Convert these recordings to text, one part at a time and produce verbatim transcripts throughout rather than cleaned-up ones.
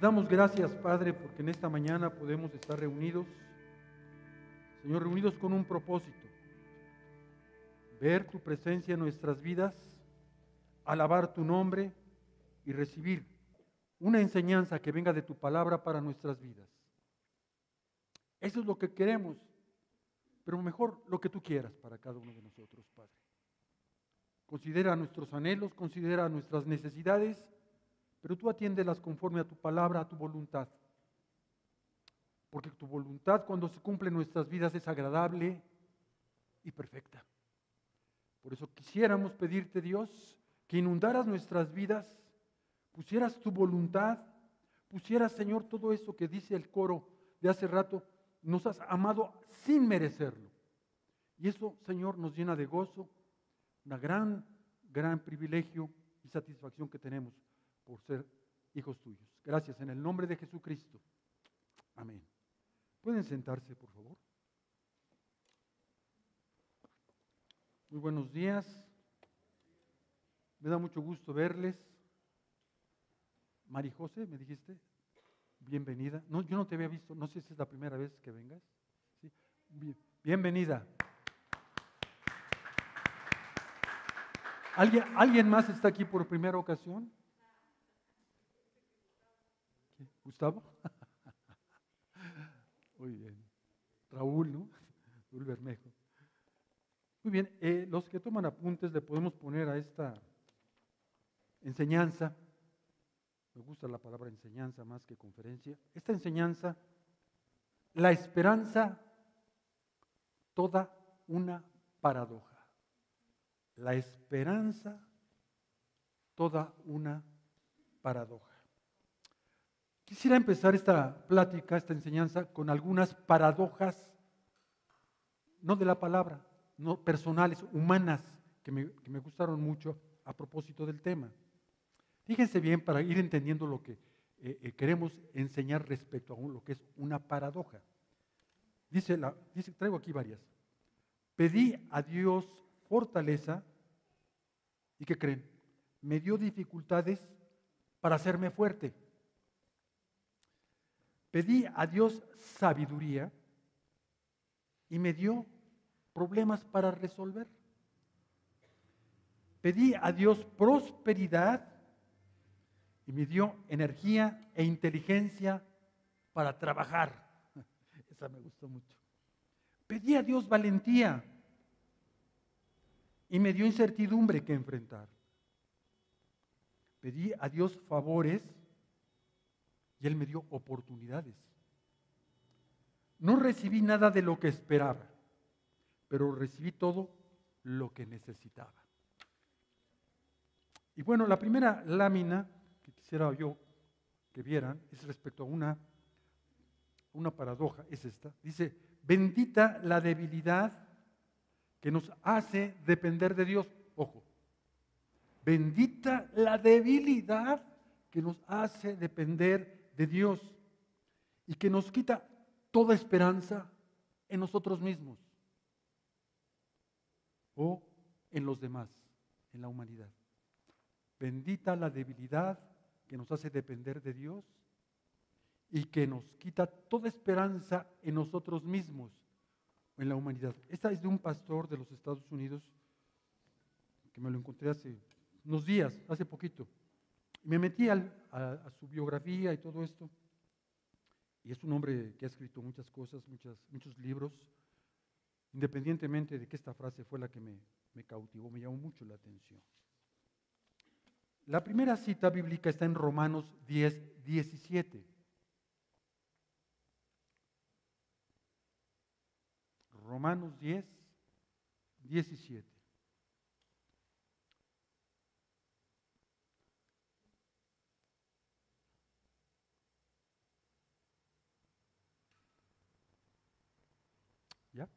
damos gracias, Padre, porque en esta mañana podemos estar reunidos, Señor, reunidos con un propósito: ver tu presencia en nuestras vidas, alabar tu nombre y recibir una enseñanza que venga de tu palabra para nuestras vidas. Eso es lo que queremos, pero mejor lo que tú quieras para cada uno de nosotros, Padre. Considera nuestros anhelos, considera nuestras necesidades, pero tú atiéndelas conforme a tu palabra, a tu voluntad. Porque tu voluntad, cuando se cumple en nuestras vidas, es agradable y perfecta. Por eso quisiéramos pedirte, Dios, que inundaras nuestras vidas, pusieras tu voluntad, pusieras, Señor, todo eso que dice el coro de hace rato: nos has amado sin merecerlo. Y eso, Señor, nos llena de gozo, una gran, gran privilegio y satisfacción que tenemos por ser hijos tuyos. Gracias en el nombre de Jesucristo. Amén. ¿Pueden sentarse, por favor? Muy buenos días. Me da mucho gusto verles. Mari José, ¿me dijiste? Bienvenida. No, yo no te había visto, no sé si es la primera vez que vengas. ¿Sí? Bien, bienvenida. ¿Alguien, ¿Alguien más está aquí por primera ocasión? ¿Qué? ¿Gustavo? Muy bien. Raúl, ¿no? Raúl Bermejo. Muy bien, eh, los que toman apuntes le podemos poner a esta enseñanza, me gusta la palabra enseñanza más que conferencia, esta enseñanza: la esperanza, toda una paradoja. La esperanza, toda una paradoja. Quisiera empezar esta plática, esta enseñanza, con algunas paradojas, no de la palabra, no personales, humanas, que me, que me gustaron mucho a propósito del tema. Fíjense bien para ir entendiendo lo que eh, eh, queremos enseñar respecto a un, lo que es una paradoja. Dice, la, dice, traigo aquí varias. Pedí a Dios fortaleza y ¿qué creen? Me dio dificultades para hacerme fuerte. Pedí a Dios sabiduría y me dio problemas para resolver. Pedí a Dios prosperidad y me dio energía e inteligencia para trabajar. Esa me gustó mucho. Pedí a Dios valentía y me dio incertidumbre que enfrentar. Pedí a Dios favores y Él me dio oportunidades. No recibí nada de lo que esperaba, pero recibí todo lo que necesitaba. Y bueno, la primera lámina que quisiera yo que vieran es respecto a una, una paradoja, es esta. Dice: bendita la debilidad que nos hace depender de Dios. Ojo, bendita la debilidad que nos hace depender de Dios y que nos quita toda esperanza en nosotros mismos o en los demás, en la humanidad. Bendita la debilidad que nos hace depender de Dios y que nos quita toda esperanza en nosotros mismos o en la humanidad. Esta es de un pastor de los Estados Unidos que me lo encontré hace unos días, hace poquito. Me metí al, a, a su biografía y todo esto. Y es un hombre que ha escrito muchas cosas, muchas, muchos libros, independientemente de que esta frase fue la que me, me cautivó, me llamó mucho la atención. La primera cita bíblica está en Romanos diez, diecisiete. Romanos diez, diecisiete. ¿Ya?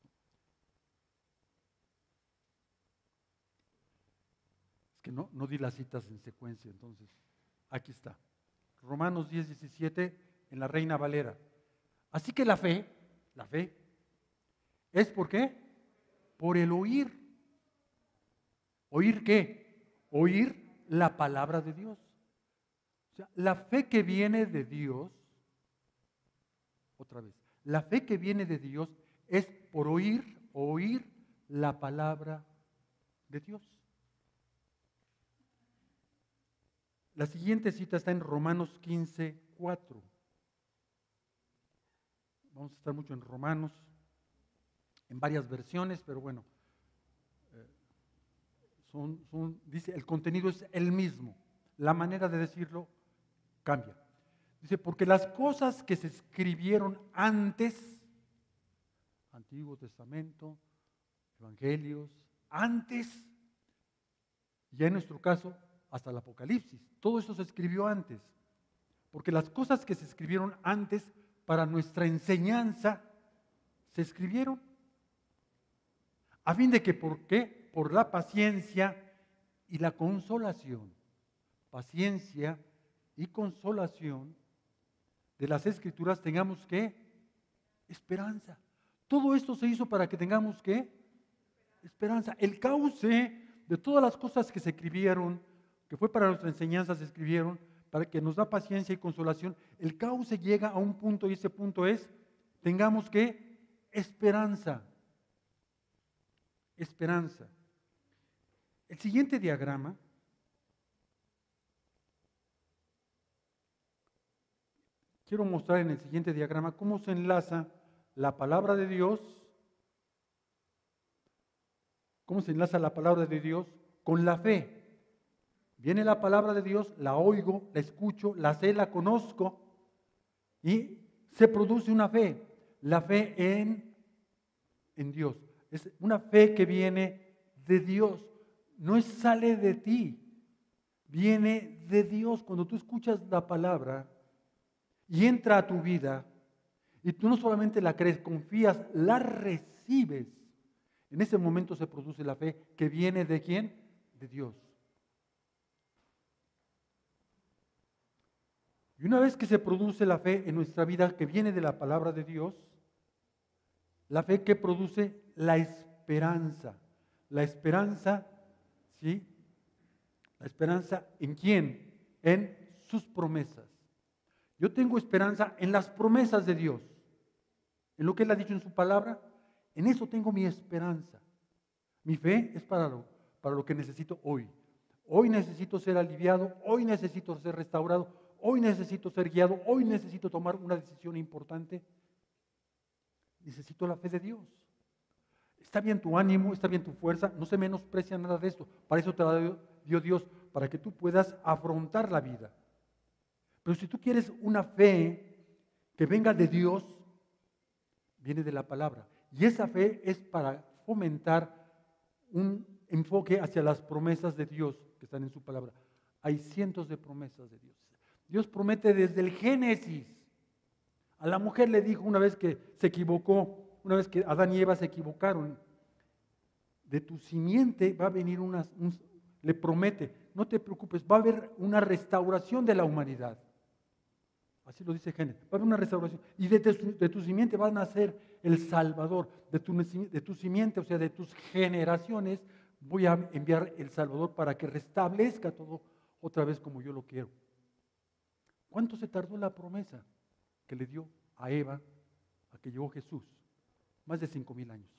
Es que no, no di las citas en secuencia, entonces aquí está. Romanos diez, diecisiete en la Reina Valera. Así que la fe, la fe, ¿es por qué? Por el oír. ¿Oír qué? Oír la palabra de Dios. O sea, la fe que viene de Dios, otra vez, la fe que viene de Dios es por oír, oír la palabra de Dios. La siguiente cita está en Romanos quince, cuatro. Vamos a estar mucho en Romanos, en varias versiones, pero bueno, eh, son, son, dice, el contenido es el mismo, la manera de decirlo cambia. Dice, porque las cosas que se escribieron antes, Antiguo Testamento, Evangelios, antes, ya en nuestro caso, hasta el Apocalipsis, todo eso se escribió antes, porque las cosas que se escribieron antes para nuestra enseñanza, se escribieron a fin de que, ¿por qué? Por la paciencia y la consolación, paciencia y consolación de las Escrituras tengamos ¿qué? Esperanza. Todo esto se hizo para que tengamos ¿qué? Esperanza. El cauce de todas las cosas que se escribieron, que fue para nuestra enseñanza, se escribieron, para que nos da paciencia y consolación, el cauce llega a un punto y ese punto es, tengamos ¿qué? Esperanza. Esperanza. El siguiente diagrama quiero mostrar en el siguiente diagrama cómo se enlaza la palabra de Dios, cómo se enlaza la palabra de Dios con la fe. Viene la palabra de Dios, la oigo, la escucho, la sé, la conozco y se produce una fe, la fe en, en Dios. Es una fe que viene de Dios, no es, sale de ti, viene de Dios. Cuando tú escuchas la palabra y entra a tu vida y tú no solamente la crees, confías, la recibes, en ese momento se produce la fe que viene de ¿quién? De Dios. Y una vez que se produce la fe en nuestra vida que viene de la palabra de Dios, la fe que produce la esperanza. La esperanza, ¿sí? La esperanza ¿en quién? En sus promesas. Yo tengo esperanza en las promesas de Dios. En lo que Él ha dicho en su palabra, en eso tengo mi esperanza. Mi fe es para lo, para lo que necesito hoy. Hoy necesito ser aliviado, hoy necesito ser restaurado, hoy necesito ser guiado, hoy necesito tomar una decisión importante. Necesito la fe de Dios. Está bien tu ánimo, está bien tu fuerza, no se menosprecia nada de esto. Para eso te la dio Dios, para que tú puedas afrontar la vida. Pero si tú quieres una fe que venga de Dios, viene de la palabra. Y esa fe es para fomentar un enfoque hacia las promesas de Dios que están en su palabra. Hay cientos de promesas de Dios. Dios promete desde el Génesis. A la mujer le dijo una vez que se equivocó, una vez que Adán y Eva se equivocaron, de tu simiente va a venir una, un, le promete, no te preocupes, va a haber una restauración de la humanidad. Así lo dice Génesis, va a haber una restauración. Y de, de, de tu simiente va a nacer el Salvador, de tu, de tu simiente, o sea, de tus generaciones, voy a enviar el Salvador para que restablezca todo otra vez como yo lo quiero. ¿Cuánto se tardó la promesa que le dio a Eva a que llegó Jesús? Más de cinco mil años.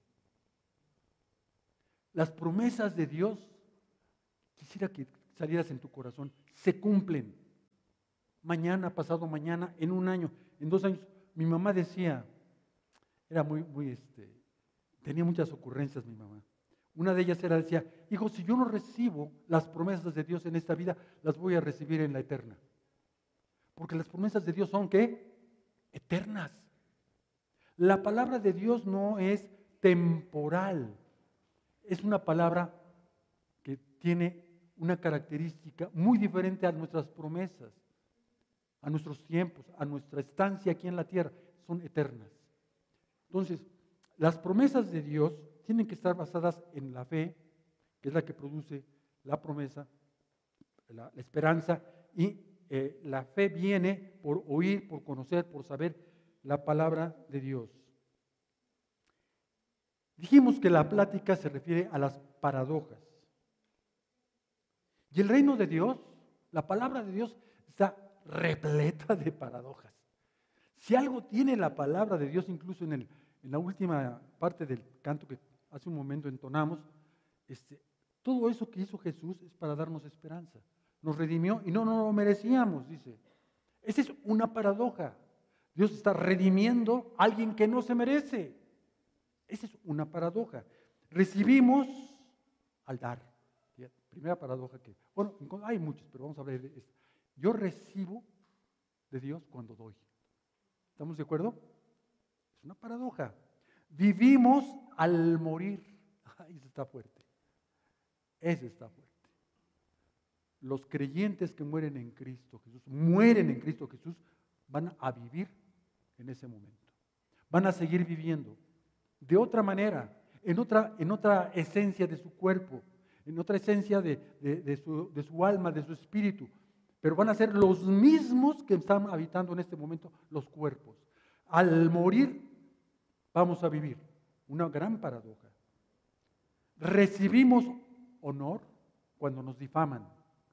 Las promesas de Dios, quisiera que salieras en tu corazón, se cumplen. Mañana, pasado mañana, en un año, en dos años. Mi mamá decía, era muy, muy, este, tenía muchas ocurrencias mi mamá. Una de ellas era, decía, hijo, si yo no recibo las promesas de Dios en esta vida, las voy a recibir en la eterna. Porque las promesas de Dios son, ¿qué? Eternas. La palabra de Dios no es temporal. Es una palabra que tiene una característica muy diferente a nuestras promesas, a nuestros tiempos, a nuestra estancia aquí en la tierra. Son eternas. Entonces, las promesas de Dios tienen que estar basadas en la fe, que es la que produce la promesa, la, la esperanza, y eh, la fe viene por oír, por conocer, por saber la palabra de Dios. Dijimos que la plática se refiere a las paradojas. Y el reino de Dios, la palabra de Dios, está repleta de paradojas. Si algo tiene la palabra de Dios, incluso en, el, en la última parte del canto que hace un momento entonamos, este, todo eso que hizo Jesús es para darnos esperanza. Nos redimió y no, no lo merecíamos, dice. Esa es una paradoja. Dios está redimiendo a alguien que no se merece. Esa es una paradoja. Recibimos al dar. Primera paradoja que, bueno, hay muchas, pero vamos a ver esta. Yo recibo de Dios cuando doy. ¿Estamos de acuerdo? Es una paradoja. Vivimos al morir. Ay, eso está fuerte. Eso está fuerte. Los creyentes que mueren en Cristo Jesús, mueren en Cristo Jesús, van a vivir en ese momento. Van a seguir viviendo de otra manera, en otra, en otra esencia de su cuerpo, en otra esencia de, de, de, su, de su alma, de su espíritu. Pero van a ser los mismos que están habitando en este momento los cuerpos. Al morir vamos a vivir. Una gran paradoja. Recibimos honor cuando nos difaman.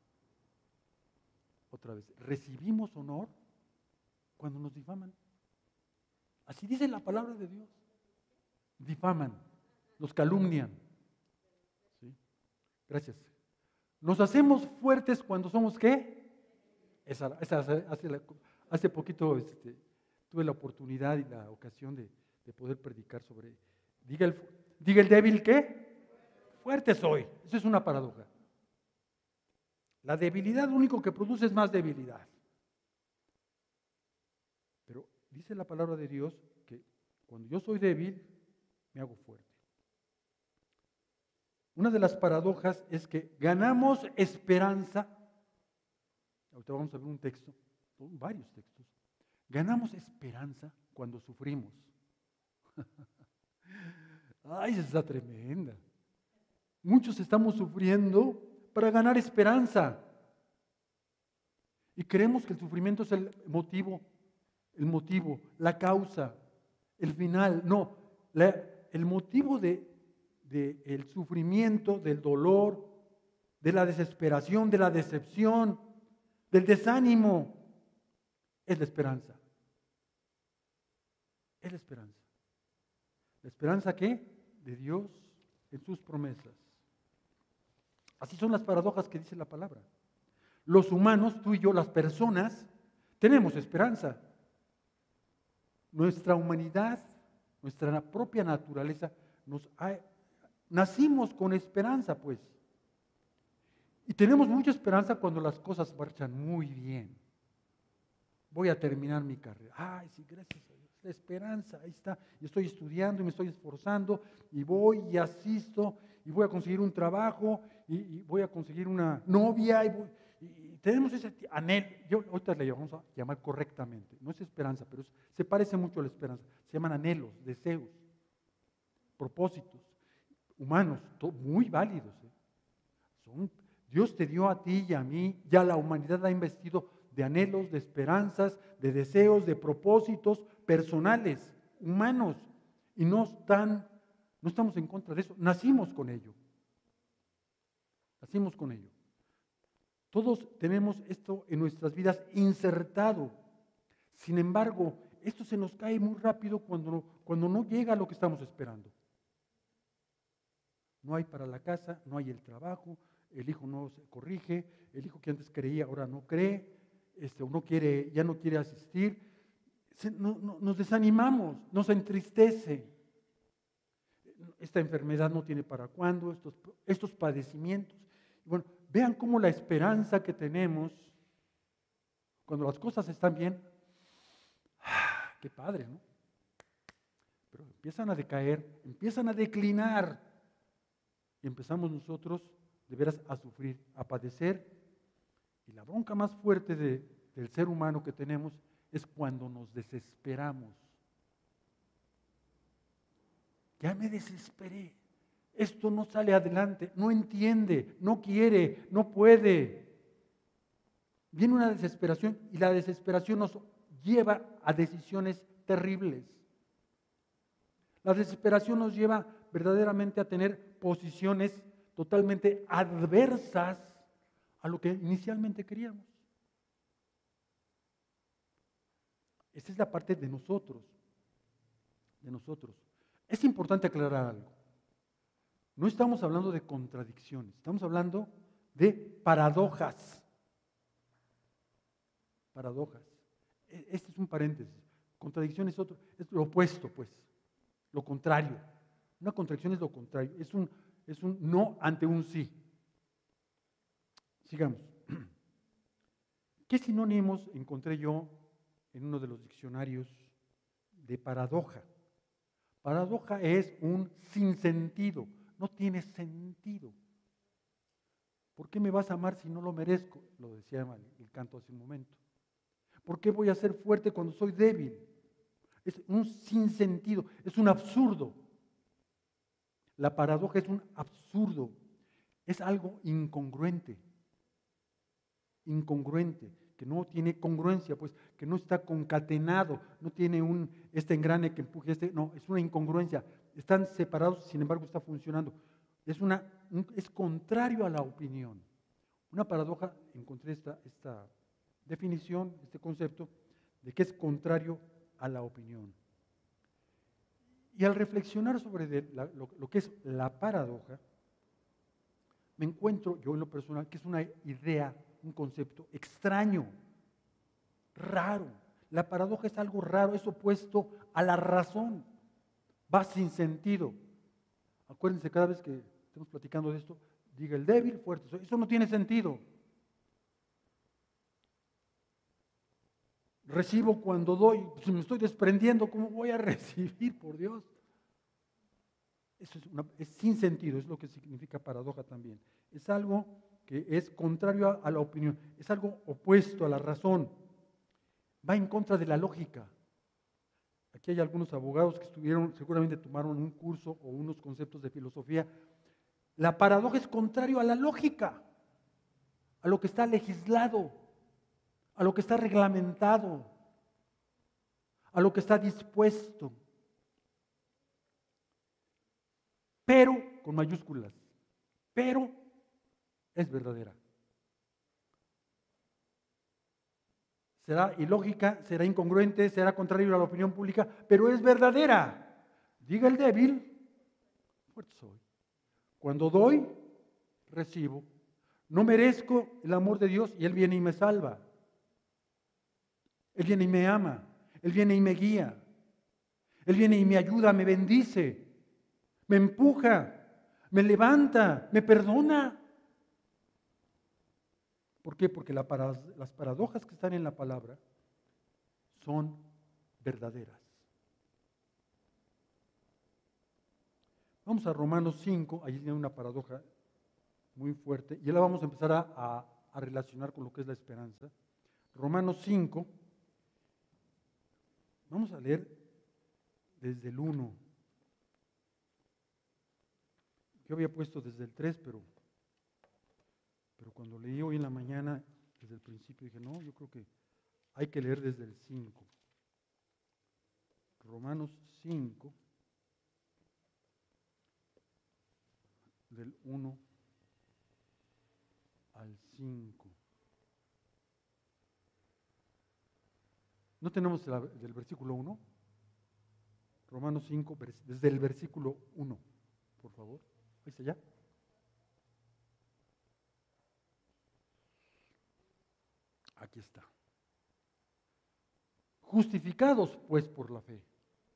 Otra vez, recibimos honor cuando nos difaman. Así dice la palabra de Dios. Difaman, nos calumnian. ¿Sí? Gracias. Nos hacemos fuertes cuando somos ¿qué? Esa, esa, hace, hace poquito este, tuve la oportunidad y la ocasión de, de poder predicar sobre, diga el, diga el débil ¿qué? Fuerte soy. Eso es una paradoja. La debilidad lo único que produce es más debilidad. Pero dice la palabra de Dios que cuando yo soy débil, me hago fuerte. Una de las paradojas es que ganamos esperanza. Ahorita vamos a ver un texto, varios textos. Ganamos esperanza cuando sufrimos. Ay, esa está tremenda. Muchos estamos sufriendo para ganar esperanza. Y creemos que el sufrimiento es el motivo, el motivo, la causa, el final. No, la, el motivo de, de el sufrimiento, del dolor, de la desesperación, de la decepción, del desánimo, es la esperanza. Es la esperanza. ¿La esperanza qué? De Dios en sus promesas. Así son las paradojas que dice la palabra. Los humanos, tú y yo, las personas, tenemos esperanza. Nuestra humanidad, nuestra propia naturaleza, nos ha, nacimos con esperanza, pues. Y tenemos mucha esperanza cuando las cosas marchan muy bien. Voy a terminar mi carrera. Ay, sí, gracias a Dios. La esperanza, ahí está. Yo estoy estudiando y me estoy esforzando y voy y asisto y voy a conseguir un trabajo y, y voy a conseguir una novia y, voy, y, y tenemos ese anhelo. Yo ahorita le vamos a llamar correctamente. No es esperanza, pero es, se parece mucho a la esperanza. Se llaman anhelos, deseos, propósitos humanos, todo, muy válidos. ¿eh? Son, Dios te dio a ti y a mí, ya la humanidad ha investido de anhelos, de esperanzas, de deseos, de propósitos personales, humanos, y no están, no estamos en contra de eso, nacimos con ello. Nacimos con ello. Todos tenemos esto en nuestras vidas insertado. Sin embargo, esto se nos cae muy rápido cuando, cuando no llega a lo que estamos esperando. No hay para la casa, no hay el trabajo, el hijo no se corrige, el hijo que antes creía ahora no cree, este, no quiere, ya no quiere asistir. Se, no, no, nos desanimamos, nos entristece. Esta enfermedad no tiene para cuándo, estos, estos padecimientos. Bueno, vean cómo la esperanza que tenemos, cuando las cosas están bien, ¡ah, qué padre, ¿no? Pero empiezan a decaer, empiezan a declinar y empezamos nosotros de veras a sufrir, a padecer. Y la bronca más fuerte de, del ser humano que tenemos es cuando nos desesperamos. Ya me desesperé. Esto no sale adelante, no entiende, no quiere, no puede. Viene una desesperación y la desesperación nos lleva a decisiones terribles. La desesperación nos lleva verdaderamente a tener posiciones totalmente adversas a lo que inicialmente queríamos. Esa es la parte de nosotros, de nosotros. Es importante aclarar algo. No estamos hablando de contradicciones, estamos hablando de paradojas. Paradojas. Este es un paréntesis. Contradicción es otro, es lo opuesto, pues, lo contrario. Una contradicción es lo contrario, es un, es un no ante un sí. Sigamos. ¿Qué sinónimos encontré yo en uno de los diccionarios de paradoja? Paradoja es un sinsentido, no tiene sentido. ¿Por qué me vas a amar si no lo merezco? Lo decía el canto hace un momento. ¿Por qué voy a ser fuerte cuando soy débil? Es un sinsentido, es un absurdo. La paradoja es un absurdo, es algo incongruente, incongruente, que no tiene congruencia, pues, que no está concatenado, no tiene un, este engrane que empuje este, no, es una incongruencia, están separados, sin embargo está funcionando. Es, una, es contrario a la opinión. Una paradoja, encontré esta, esta definición, este concepto, de que es contrario a la opinión. Y al reflexionar sobre de la, lo, lo que es la paradoja, me encuentro yo en lo personal que es una idea, un concepto extraño, raro. La paradoja es algo raro, es opuesto a la razón, va sin sentido. Acuérdense, cada vez que estemos platicando de esto, diga el débil, fuerte, eso no tiene sentido. Recibo cuando doy, si me estoy desprendiendo, ¿cómo voy a recibir, por Dios? Eso es, una, es sin sentido, es lo que significa paradoja también. Es algo que es contrario a, a la opinión, es algo opuesto a la razón, va en contra de la lógica. Aquí hay algunos abogados que estuvieron, seguramente tomaron un curso o unos conceptos de filosofía. La paradoja es contrario a la lógica, a lo que está legislado, a lo que está reglamentado, a lo que está dispuesto. Pero, con mayúsculas, pero es verdadera. Será ilógica, será incongruente, será contrario a la opinión pública, pero es verdadera. Diga el débil, fuerte soy. Cuando doy, recibo. No merezco el amor de Dios y Él viene y me salva. Él viene y me ama. Él viene y me guía. Él viene y me ayuda, me bendice, me empuja, me levanta, me perdona. ¿Por qué? Porque la para, las paradojas que están en la palabra son verdaderas. Vamos a Romanos cinco, ahí tiene una paradoja muy fuerte, y la vamos a empezar a, a, a relacionar con lo que es la esperanza. Romanos cinco, vamos a leer desde el uno. Yo había puesto desde el tres, pero, pero cuando leí hoy en la mañana, desde el principio dije, no, yo creo que hay que leer desde el cinco. Romanos cinco, del uno al cinco. ¿No tenemos la, del versículo uno? Romanos cinco, desde el versículo uno, por favor. Ahí está ya. Aquí está. Justificados pues por la fe.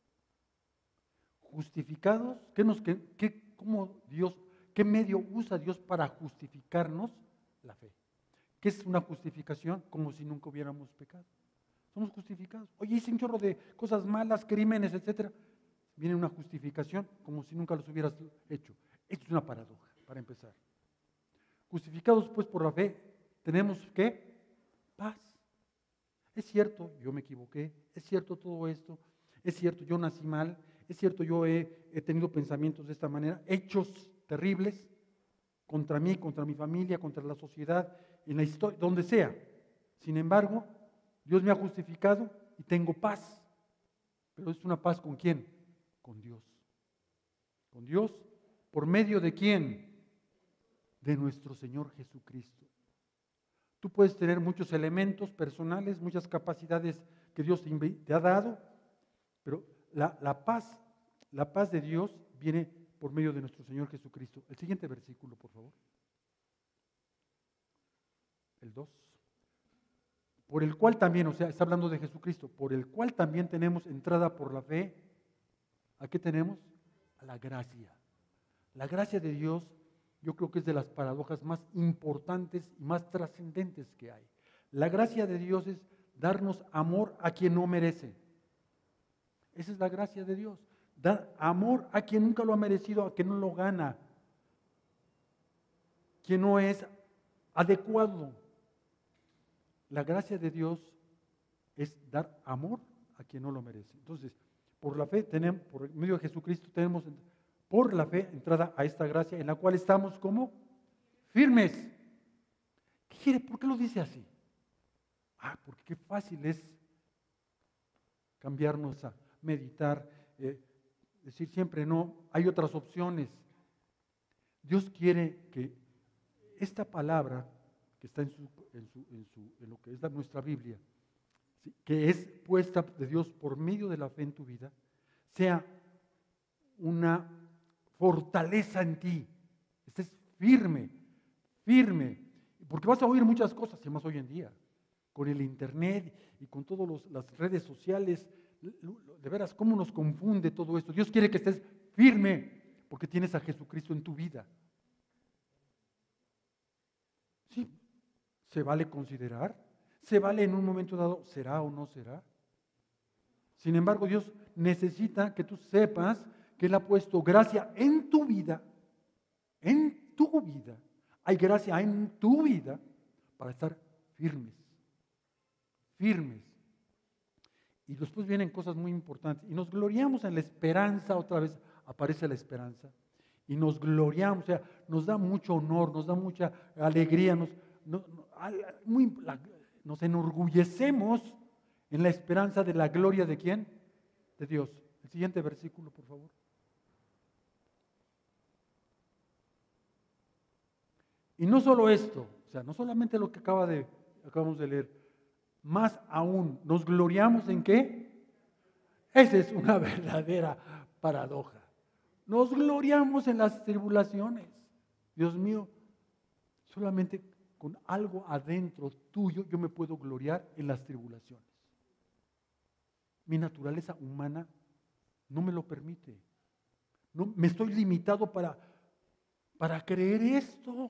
Justificados, ¿qué nos, qué, qué, cómo Dios, qué medio usa Dios para justificarnos? La fe. ¿Qué es una justificación? Como si nunca hubiéramos pecado. Somos justificados. Oye, hice un chorro de cosas malas, crímenes, etcétera. Viene una justificación como si nunca los hubieras hecho. Esto es una paradoja, para empezar. Justificados pues por la fe, tenemos ¿qué? Paz. Es cierto, yo me equivoqué, es cierto todo esto, es cierto, yo nací mal, es cierto, yo he, he tenido pensamientos de esta manera, hechos terribles contra mí, contra mi familia, contra la sociedad, en la historia, donde sea. Sin embargo, Dios me ha justificado y tengo paz. Pero es una paz ¿con quién? Con Dios. Con Dios, ¿por medio de quién? De nuestro Señor Jesucristo. Tú puedes tener muchos elementos personales, muchas capacidades que Dios te, te ha dado, pero la, la paz, la paz de Dios viene por medio de nuestro Señor Jesucristo. El siguiente versículo, por favor. El dos. Por el cual también, o sea, está hablando de Jesucristo, por el cual también tenemos entrada por la fe. ¿A qué tenemos? A la gracia. La gracia de Dios, yo creo que es de las paradojas más importantes y más trascendentes que hay. La gracia de Dios es darnos amor a quien no merece. Esa es la gracia de Dios. Dar amor a quien nunca lo ha merecido, a quien no lo gana, quien no es adecuado. La gracia de Dios es dar amor a quien no lo merece. Entonces, por la fe tenemos, por medio de Jesucristo tenemos por la fe entrada a esta gracia en la cual estamos como firmes. ¿Qué quiere? ¿Por qué lo dice así? Ah, porque qué fácil es cambiarnos a meditar, eh, decir siempre no, hay otras opciones. Dios quiere que esta palabra que está en, su, en, su, en, su, en lo que es la, nuestra Biblia, ¿sí?, que es puesta de Dios por medio de la fe en tu vida, sea una fortaleza en ti, estés firme, firme, porque vas a oír muchas cosas, y más hoy en día, con el internet y con todas las redes sociales, de veras, cómo nos confunde todo esto. Dios quiere que estés firme, porque tienes a Jesucristo en tu vida. Sí, se vale considerar, se vale en un momento dado, ¿será o no será? Sin embargo, Dios necesita que tú sepas que Él ha puesto gracia en tu vida, en tu vida. Hay gracia en tu vida para estar firmes, firmes. Y después vienen cosas muy importantes. Y nos gloriamos en la esperanza, otra vez aparece la esperanza. Y nos gloriamos, o sea, nos da mucho honor, nos da mucha alegría, nos, nos, muy, la, nos enorgullecemos en la esperanza de la gloria de ¿quién? De Dios. El siguiente versículo, por favor. Y no solo esto, o sea, no solamente lo que acaba de, acabamos de leer, más aún, ¿nos gloriamos en qué? Esa es una verdadera paradoja. Nos gloriamos en las tribulaciones. Dios mío, solamente con algo adentro tuyo yo me puedo gloriar en las tribulaciones. Mi naturaleza humana no me lo permite. No, me estoy limitado para, para creer esto.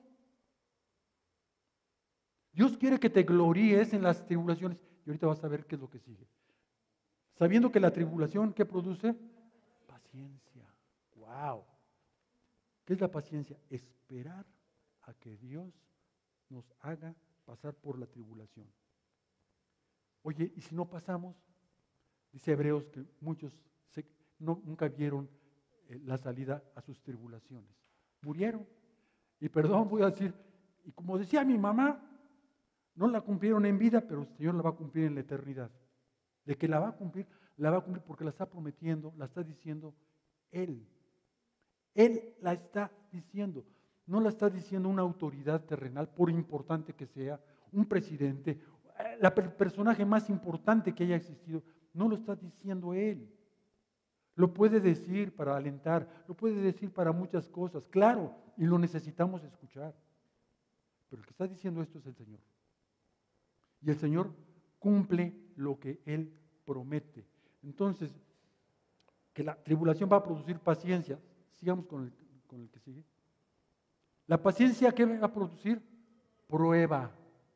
Dios quiere que te gloríes en las tribulaciones. Y ahorita vas a ver qué es lo que sigue. Sabiendo que la tribulación, ¿qué produce? Paciencia. ¡Wow! ¿Qué es la paciencia? Esperar a que Dios nos haga pasar por la tribulación. Oye, ¿y si no pasamos? Dice Hebreos que muchos se, no, nunca vieron eh, la salida a sus tribulaciones. Murieron. Y perdón, voy a decir, y como decía mi mamá, no la cumplieron en vida, pero el Señor la va a cumplir en la eternidad. De que la va a cumplir, la va a cumplir porque la está prometiendo, la está diciendo Él. Él la está diciendo. No la está diciendo una autoridad terrenal, por importante que sea, un presidente, el personaje más importante que haya existido. No lo está diciendo Él. Lo puede decir para alentar, lo puede decir para muchas cosas, claro, y lo necesitamos escuchar. Pero el que está diciendo esto es el Señor. Y el Señor cumple lo que Él promete. Entonces, que la tribulación va a producir paciencia. Sigamos con el, con el que sigue. La paciencia, ¿qué va a producir? Prueba.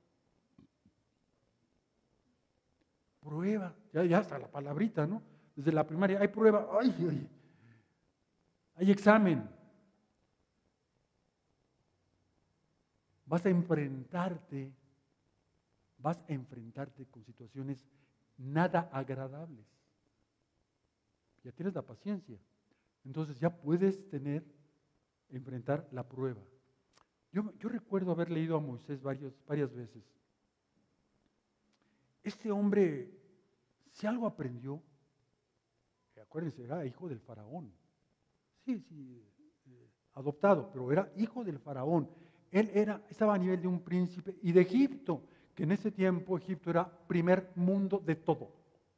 Prueba. Ya, ya está la palabrita, ¿no? Desde la primaria hay prueba. Ay, ay. Hay examen. Vas a enfrentarte vas a enfrentarte con situaciones nada agradables. Ya tienes la paciencia. Entonces ya puedes tener, enfrentar la prueba. Yo, yo recuerdo haber leído a Moisés varios, varias veces. Este hombre, si algo aprendió, acuérdense, era hijo del faraón. Sí, sí, eh, adoptado, pero era hijo del faraón. Él era, estaba a nivel de un príncipe y de Egipto, que en ese tiempo Egipto era primer mundo de todo.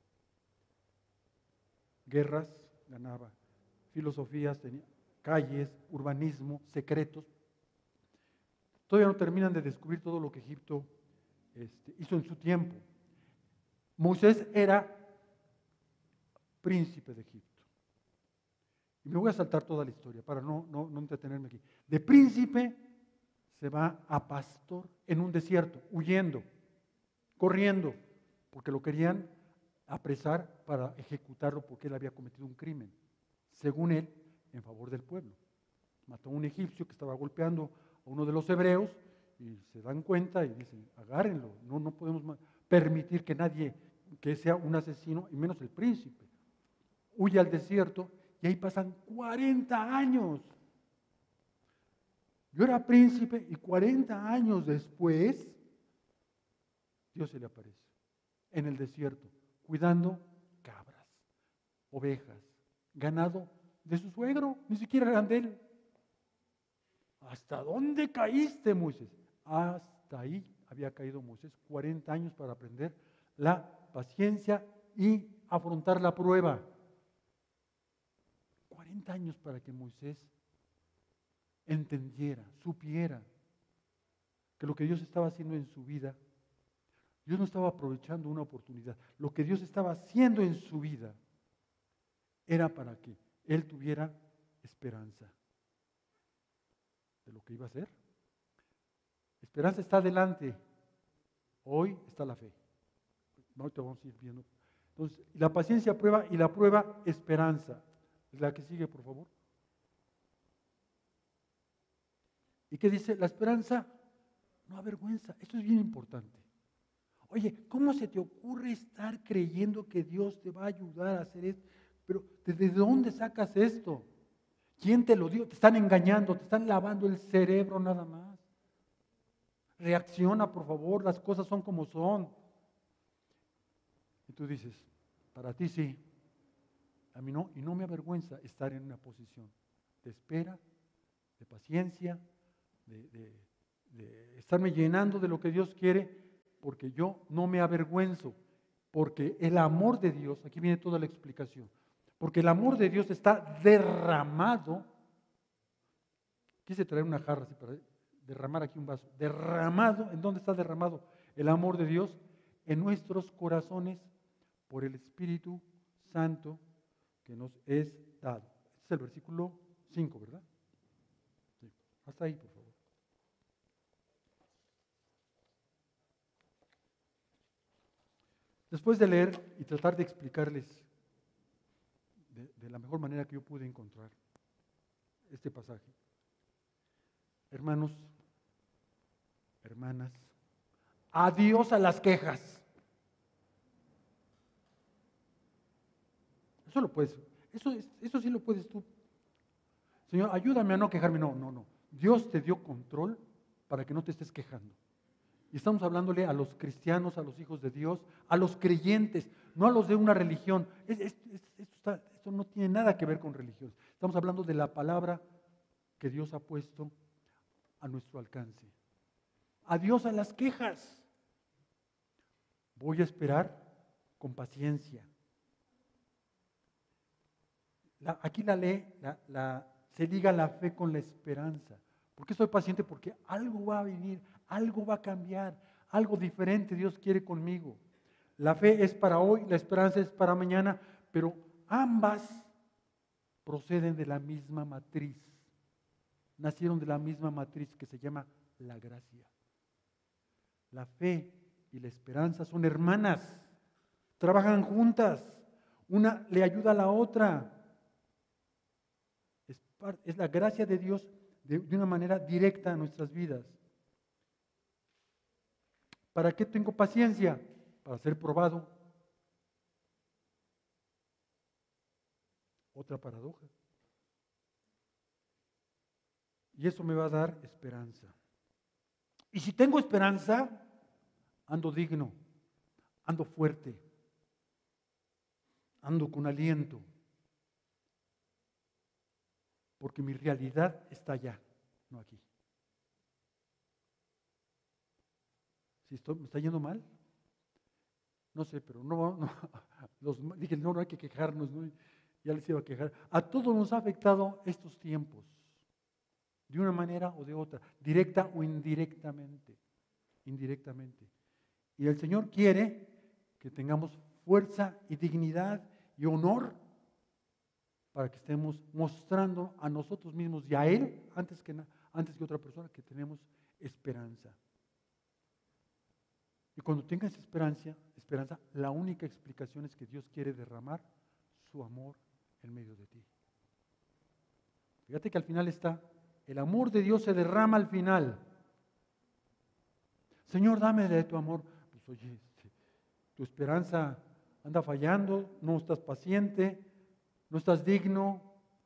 Guerras, ganaba. Filosofías, tenía calles, urbanismo, secretos. Todavía no terminan de descubrir todo lo que Egipto este, hizo en su tiempo. Moisés era príncipe de Egipto. Y me voy a saltar toda la historia para no, no, no entretenerme aquí. De príncipe se va a pastor en un desierto, huyendo, corriendo, porque lo querían apresar para ejecutarlo porque él había cometido un crimen, según él, en favor del pueblo. Mató a un egipcio que estaba golpeando a uno de los hebreos y se dan cuenta y dicen, agárrenlo, no, no podemos permitir que nadie, que sea un asesino, y menos el príncipe. Huye al desierto y ahí pasan cuarenta años. Yo era príncipe y cuarenta años después, Dios se le aparece en el desierto, cuidando cabras, ovejas, ganado de su suegro, ni siquiera eran de él. ¿Hasta dónde caíste, Moisés? Hasta ahí había caído Moisés, cuarenta años para aprender la paciencia y afrontar la prueba. cuarenta años para que Moisés entendiera, supiera que lo que Dios estaba haciendo en su vida, Dios no estaba aprovechando una oportunidad. Lo que Dios estaba haciendo en su vida era para que él tuviera esperanza de lo que iba a hacer. Esperanza está adelante. Hoy está la fe. Ahorita vamos a ir viendo. Entonces, la paciencia prueba y la prueba esperanza. La que sigue, por favor. ¿Y qué dice? La esperanza no avergüenza. Esto es bien importante. Oye, ¿cómo se te ocurre estar creyendo que Dios te va a ayudar a hacer esto? Pero ¿desde dónde sacas esto? ¿Quién te lo dio? Te están engañando, te están lavando el cerebro nada más. Reacciona, por favor, las cosas son como son. Y tú dices, para ti sí, a mí no, y no me avergüenza estar en una posición de espera, de paciencia, de, de, de estarme llenando de lo que Dios quiere, porque yo no me avergüenzo, porque el amor de Dios, aquí viene toda la explicación, porque el amor de Dios está derramado. Quise traer una jarra así para derramar aquí un vaso. Derramado, ¿en dónde está derramado el amor de Dios? En nuestros corazones por el Espíritu Santo que nos es dado. Este es el versículo cinco, ¿verdad? Sí. Hasta ahí, por favor. Después de leer y tratar de explicarles de, de la mejor manera que yo pude encontrar este pasaje, hermanos, hermanas, adiós a las quejas. Eso lo puedes, eso, eso sí lo puedes tú. Señor, ayúdame a no quejarme. No, no, no. Dios te dio control para que no te estés quejando. Y estamos hablándole a los cristianos, a los hijos de Dios, a los creyentes, no a los de una religión. Es, es, es, esto, está, esto no tiene nada que ver con religión. Estamos hablando de la palabra que Dios ha puesto a nuestro alcance. Adiós a las quejas. Voy a esperar con paciencia. La, aquí la ley, la, la, se liga la fe con la esperanza. ¿Por qué soy paciente? Porque algo va a venir, algo va a cambiar, algo diferente Dios quiere conmigo. La fe es para hoy, la esperanza es para mañana, pero ambas proceden de la misma matriz. Nacieron de la misma matriz que se llama la gracia. La fe y la esperanza son hermanas, trabajan juntas, una le ayuda a la otra. Es, es la gracia de Dios de, de una manera directa a nuestras vidas. ¿Para qué tengo paciencia? Para ser probado. Otra paradoja. Y eso me va a dar esperanza. Y si tengo esperanza, ando digno, ando fuerte, ando con aliento, porque mi realidad está allá, no aquí. si estoy, me está yendo mal. No sé, pero no, no los, dije, no, no hay que quejarnos, ¿no? Ya les iba a quejar. A todos nos ha afectado estos tiempos, de una manera o de otra, directa o indirectamente, indirectamente. Y el Señor quiere que tengamos fuerza y dignidad y honor para que estemos mostrando a nosotros mismos y a Él, antes que, antes que otra persona, que tenemos esperanza. Y cuando tengas esperanza, esperanza, la única explicación es que Dios quiere derramar su amor en medio de ti. Fíjate que al final está, el amor de Dios se derrama al final. Señor, dame de tu amor. Pues oye, tu esperanza anda fallando, no estás paciente, no estás digno.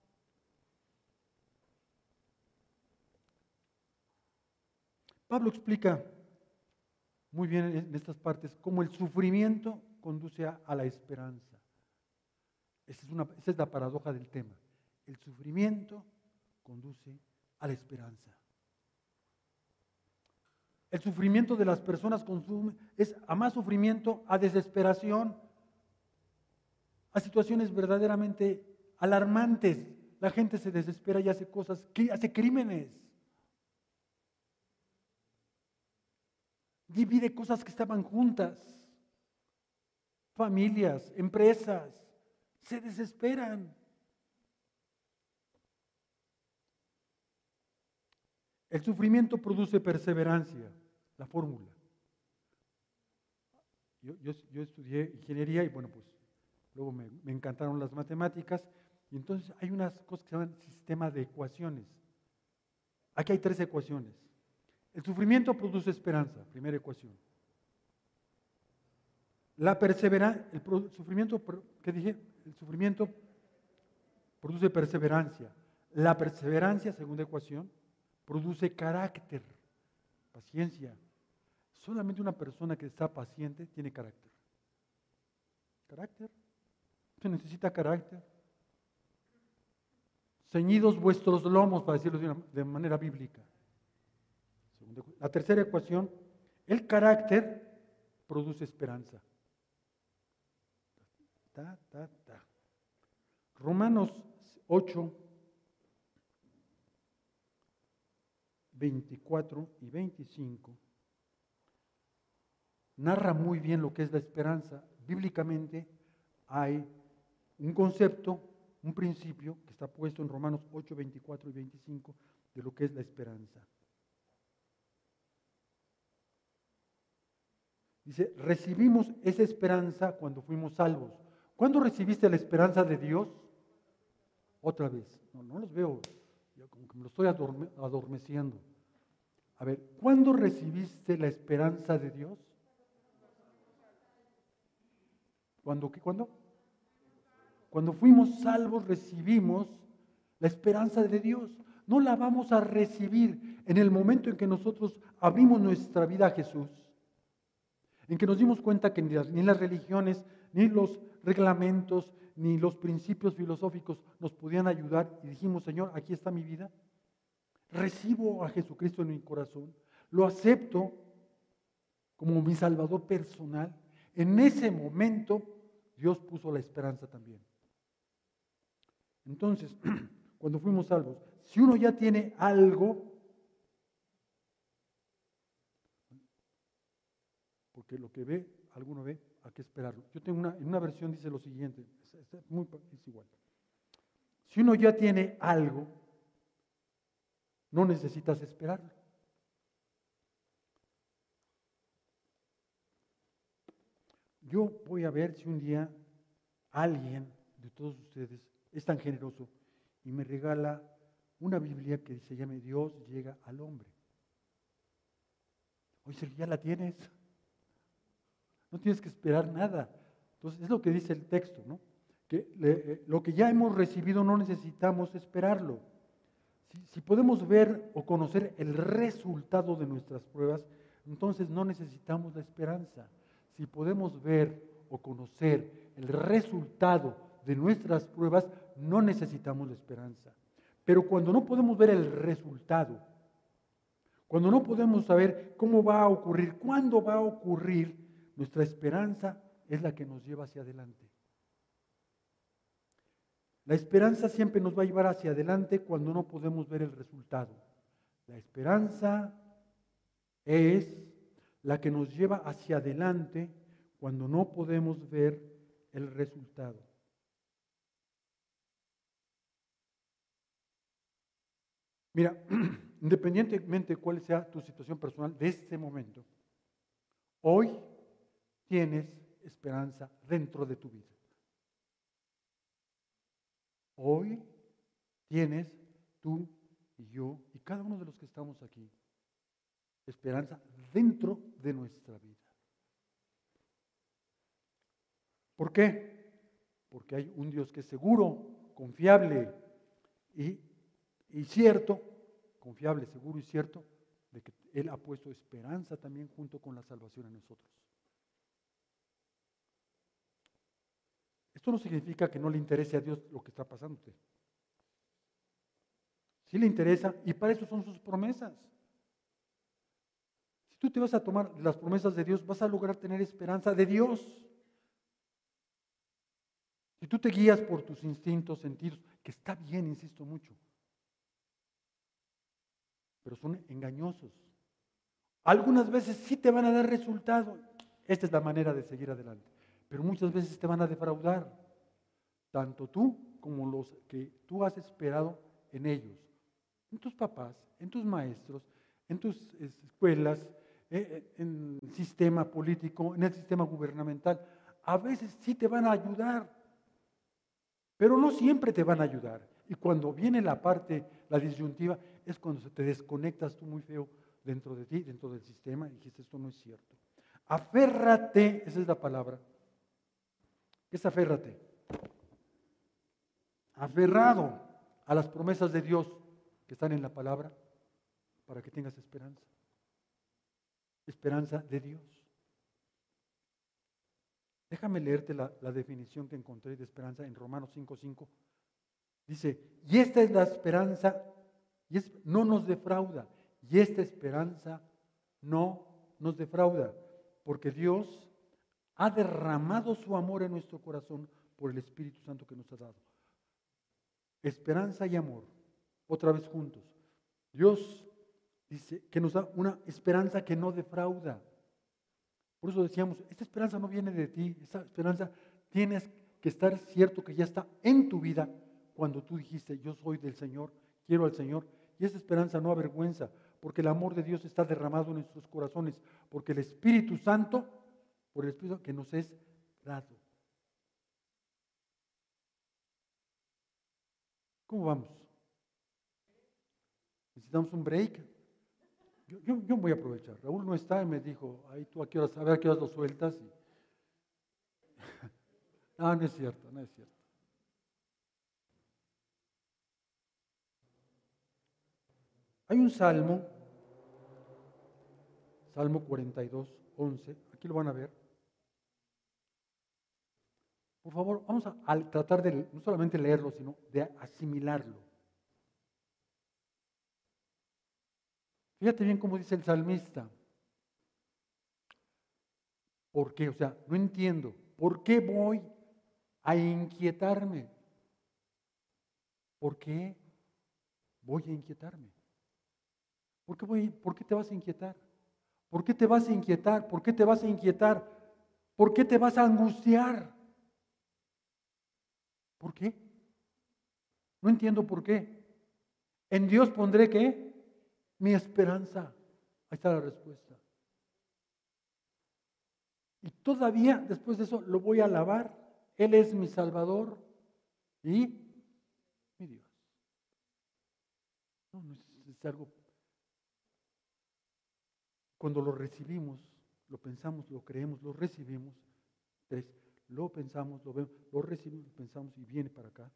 Pablo explica muy bien en estas partes cómo el sufrimiento conduce a, a la esperanza. Esa es, una, esa es la paradoja del tema. El sufrimiento conduce a la esperanza. El sufrimiento de las personas consume, es a más sufrimiento, a desesperación, a situaciones verdaderamente alarmantes. La gente se desespera y hace cosas, hace crímenes. Divide cosas que estaban juntas. Familias, empresas, se desesperan. El sufrimiento produce perseverancia, la fórmula. Yo, yo, yo estudié ingeniería y bueno, pues luego me, me encantaron las matemáticas y entonces hay unas cosas que se llaman sistema de ecuaciones. Aquí hay tres ecuaciones. El sufrimiento produce esperanza, primera ecuación. La perseverancia, el pro, sufrimiento, ¿qué dije? El sufrimiento produce perseverancia. La perseverancia, segunda ecuación, produce carácter, paciencia. Solamente una persona que está paciente tiene carácter. ¿Carácter? Se necesita carácter. Ceñidos vuestros lomos, para decirlo de, una, de manera bíblica. La tercera ecuación, el carácter produce esperanza. Ta, ta, ta. Romanos ocho, veinticuatro y veinticinco narra muy bien lo que es la esperanza. Bíblicamente hay un concepto, un principio que está puesto en Romanos ocho, veinticuatro y veinticinco de lo que es la esperanza. Dice, recibimos esa esperanza cuando fuimos salvos. ¿Cuándo recibiste la esperanza de Dios? Otra vez, no, no los veo, yo como que me lo estoy adorme, adormeciendo. A ver, ¿cuándo recibiste la esperanza de Dios? ¿Cuándo qué? ¿Cuándo? Cuando fuimos salvos recibimos la esperanza de Dios. No la vamos a recibir en el momento en que nosotros abrimos nuestra vida a Jesús, en que nos dimos cuenta que ni las, ni las religiones, ni los reglamentos, ni los principios filosóficos nos podían ayudar y dijimos, Señor, aquí está mi vida. Recibo a Jesucristo en mi corazón, lo acepto como mi Salvador personal. En ese momento Dios puso la esperanza también. Entonces, cuando fuimos salvos, si uno ya tiene algo, porque lo que ve, alguno ve, hay que esperarlo. Yo tengo una, en una versión dice lo siguiente, es, es, muy, es igual. Si uno ya tiene algo, no necesitas esperarlo. Yo voy a ver si un día alguien de todos ustedes es tan generoso y me regala una Biblia que se llame Dios llega al hombre. Oye, ya la tienes. No tienes que esperar nada. Entonces, es lo que dice el texto, ¿no? Que le, eh, lo que ya hemos recibido no necesitamos esperarlo. Si, si podemos ver o conocer el resultado de nuestras pruebas, entonces no necesitamos la esperanza. Si podemos ver o conocer el resultado de nuestras pruebas, no necesitamos la esperanza. Pero cuando no podemos ver el resultado, Cuando no podemos saber cómo va a ocurrir, cuándo va a ocurrir, nuestra esperanza es la que nos lleva hacia adelante. La esperanza siempre nos va a llevar hacia adelante cuando no podemos ver el resultado. La esperanza es la que nos lleva hacia adelante cuando no podemos ver el resultado. Mira, independientemente de cuál sea tu situación personal de este momento, hoy tienes esperanza dentro de tu vida. Hoy tienes tú y yo y cada uno de los que estamos aquí esperanza dentro de nuestra vida. ¿Por qué? Porque hay un Dios que es seguro, confiable y, y cierto, confiable, seguro y cierto, de que Él ha puesto esperanza también junto con la salvación en nosotros. Esto no significa que no le interese a Dios lo que está pasando a usted. Sí le interesa y para eso son sus promesas. Si tú te vas a tomar las promesas de Dios, vas a lograr tener esperanza de Dios. Si tú te guías por tus instintos, sentidos, que está bien, insisto mucho, pero son engañosos. Algunas veces sí te van a dar resultado. Esta es la manera de seguir adelante. Pero muchas veces te van a defraudar, tanto tú como los que tú has esperado en ellos, en tus papás, en tus maestros, en tus escuelas, en el sistema político, en el sistema gubernamental. A veces sí te van a ayudar, pero no siempre te van a ayudar. Y cuando viene la parte, la disyuntiva, es cuando te desconectas tú muy feo dentro de ti, dentro del sistema, y dijiste, esto no es cierto. Aférrate, esa es la palabra. ¿Qué es aférrate? Aferrado a las promesas de Dios que están en la palabra para que tengas esperanza. Esperanza de Dios. Déjame leerte la, la definición que encontré de esperanza en Romanos cinco cinco. Dice, y esta es la esperanza, y es, no nos defrauda, y esta esperanza no nos defrauda, porque Dios ha derramado su amor en nuestro corazón por el Espíritu Santo que nos ha dado. Esperanza y amor, otra vez juntos. Dios dice que nos da una esperanza que no defrauda. Por eso decíamos, esta esperanza no viene de ti, esta esperanza tienes que estar cierto que ya está en tu vida cuando tú dijiste, yo soy del Señor, quiero al Señor. Y esa esperanza no avergüenza, porque el amor de Dios está derramado en nuestros corazones, porque el Espíritu Santo, por el Espíritu que nos es dado. ¿Cómo vamos? ¿Necesitamos un break? Yo, yo, yo voy a aprovechar. Raúl no está y me dijo, ahí tú a qué horas, a ver a qué horas lo sueltas. Y... no, no es cierto, no es cierto. Hay un salmo, Salmo cuarenta y dos, once, aquí lo van a ver. Por favor, vamos a, a tratar de no solamente leerlo, sino de asimilarlo. Fíjate bien cómo dice el salmista. ¿Por qué? O sea, no entiendo. ¿Por qué voy a inquietarme? ¿Por qué voy a inquietarme? ¿Por qué, voy, ¿Por qué te vas a inquietar? ¿Por qué te vas a inquietar? ¿Por qué te vas a inquietar? ¿Por qué te vas a angustiar? ¿Por qué? No entiendo por qué. En Dios pondré ¿qué? Mi esperanza. Ahí está la respuesta. Y todavía después de eso lo voy a alabar. Él es mi Salvador y mi Dios. No, no es, es algo. Cuando lo recibimos, lo pensamos, lo creemos, lo recibimos. Tres, lo pensamos, lo vemos, lo recibimos, lo pensamos y viene para acá.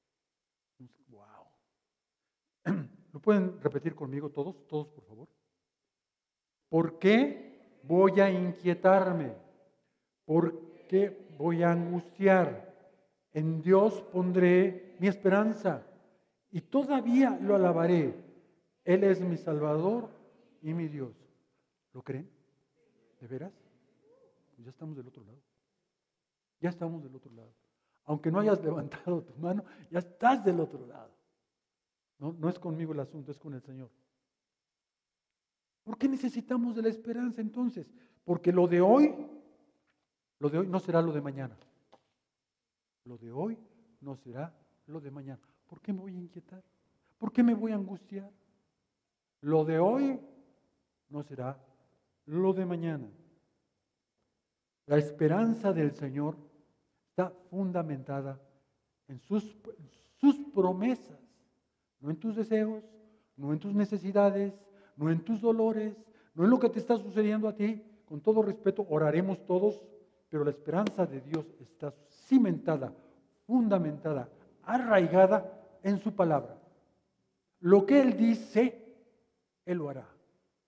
Wow. ¿Lo pueden repetir conmigo todos? Todos, por favor. ¿Por qué voy a inquietarme? ¿Por qué voy a angustiar? En Dios pondré mi esperanza y todavía lo alabaré. Él es mi Salvador y mi Dios. ¿Lo creen? ¿De veras? Pues ya estamos del otro lado. Ya estamos del otro lado. Aunque no hayas levantado tu mano, ya estás del otro lado. No, no es conmigo el asunto, es con el Señor. ¿Por qué necesitamos de la esperanza entonces? Porque lo de hoy, lo de hoy no será lo de mañana. Lo de hoy no será lo de mañana. ¿Por qué me voy a inquietar? ¿Por qué me voy a angustiar? Lo de hoy no será lo de mañana. La esperanza del Señor está fundamentada en sus, en sus promesas, no en tus deseos, no en tus necesidades, no en tus dolores, no en lo que te está sucediendo a ti. Con todo respeto, oraremos todos, pero la esperanza de Dios está cimentada, fundamentada, arraigada en su palabra. Lo que Él dice, Él lo hará.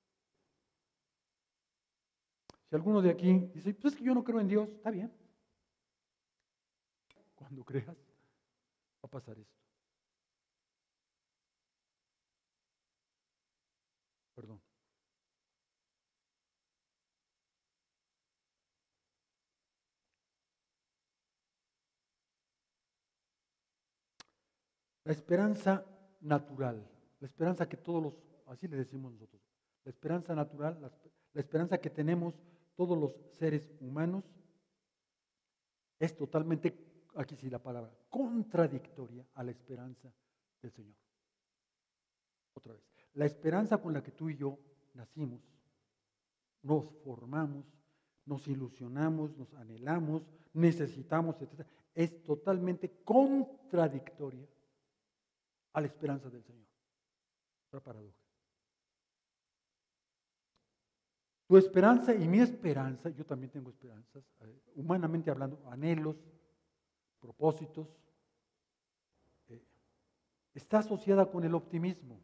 Si alguno de aquí dice, pues es que yo no creo en Dios, está bien. Cuando creas, va a pasar esto. Perdón. La esperanza natural, la esperanza que todos los, así le decimos nosotros, la esperanza natural, la, la esperanza que tenemos todos los seres humanos, es totalmente, aquí sí la palabra, contradictoria a la esperanza del Señor. Otra vez, la esperanza con la que tú y yo nacimos, nos formamos, nos ilusionamos, nos anhelamos, necesitamos, etcétera, es totalmente contradictoria a la esperanza del Señor. Otra paradoja. Tu esperanza y mi esperanza, yo también tengo esperanzas, eh, humanamente hablando, anhelos, propósitos, eh, está asociada con el optimismo.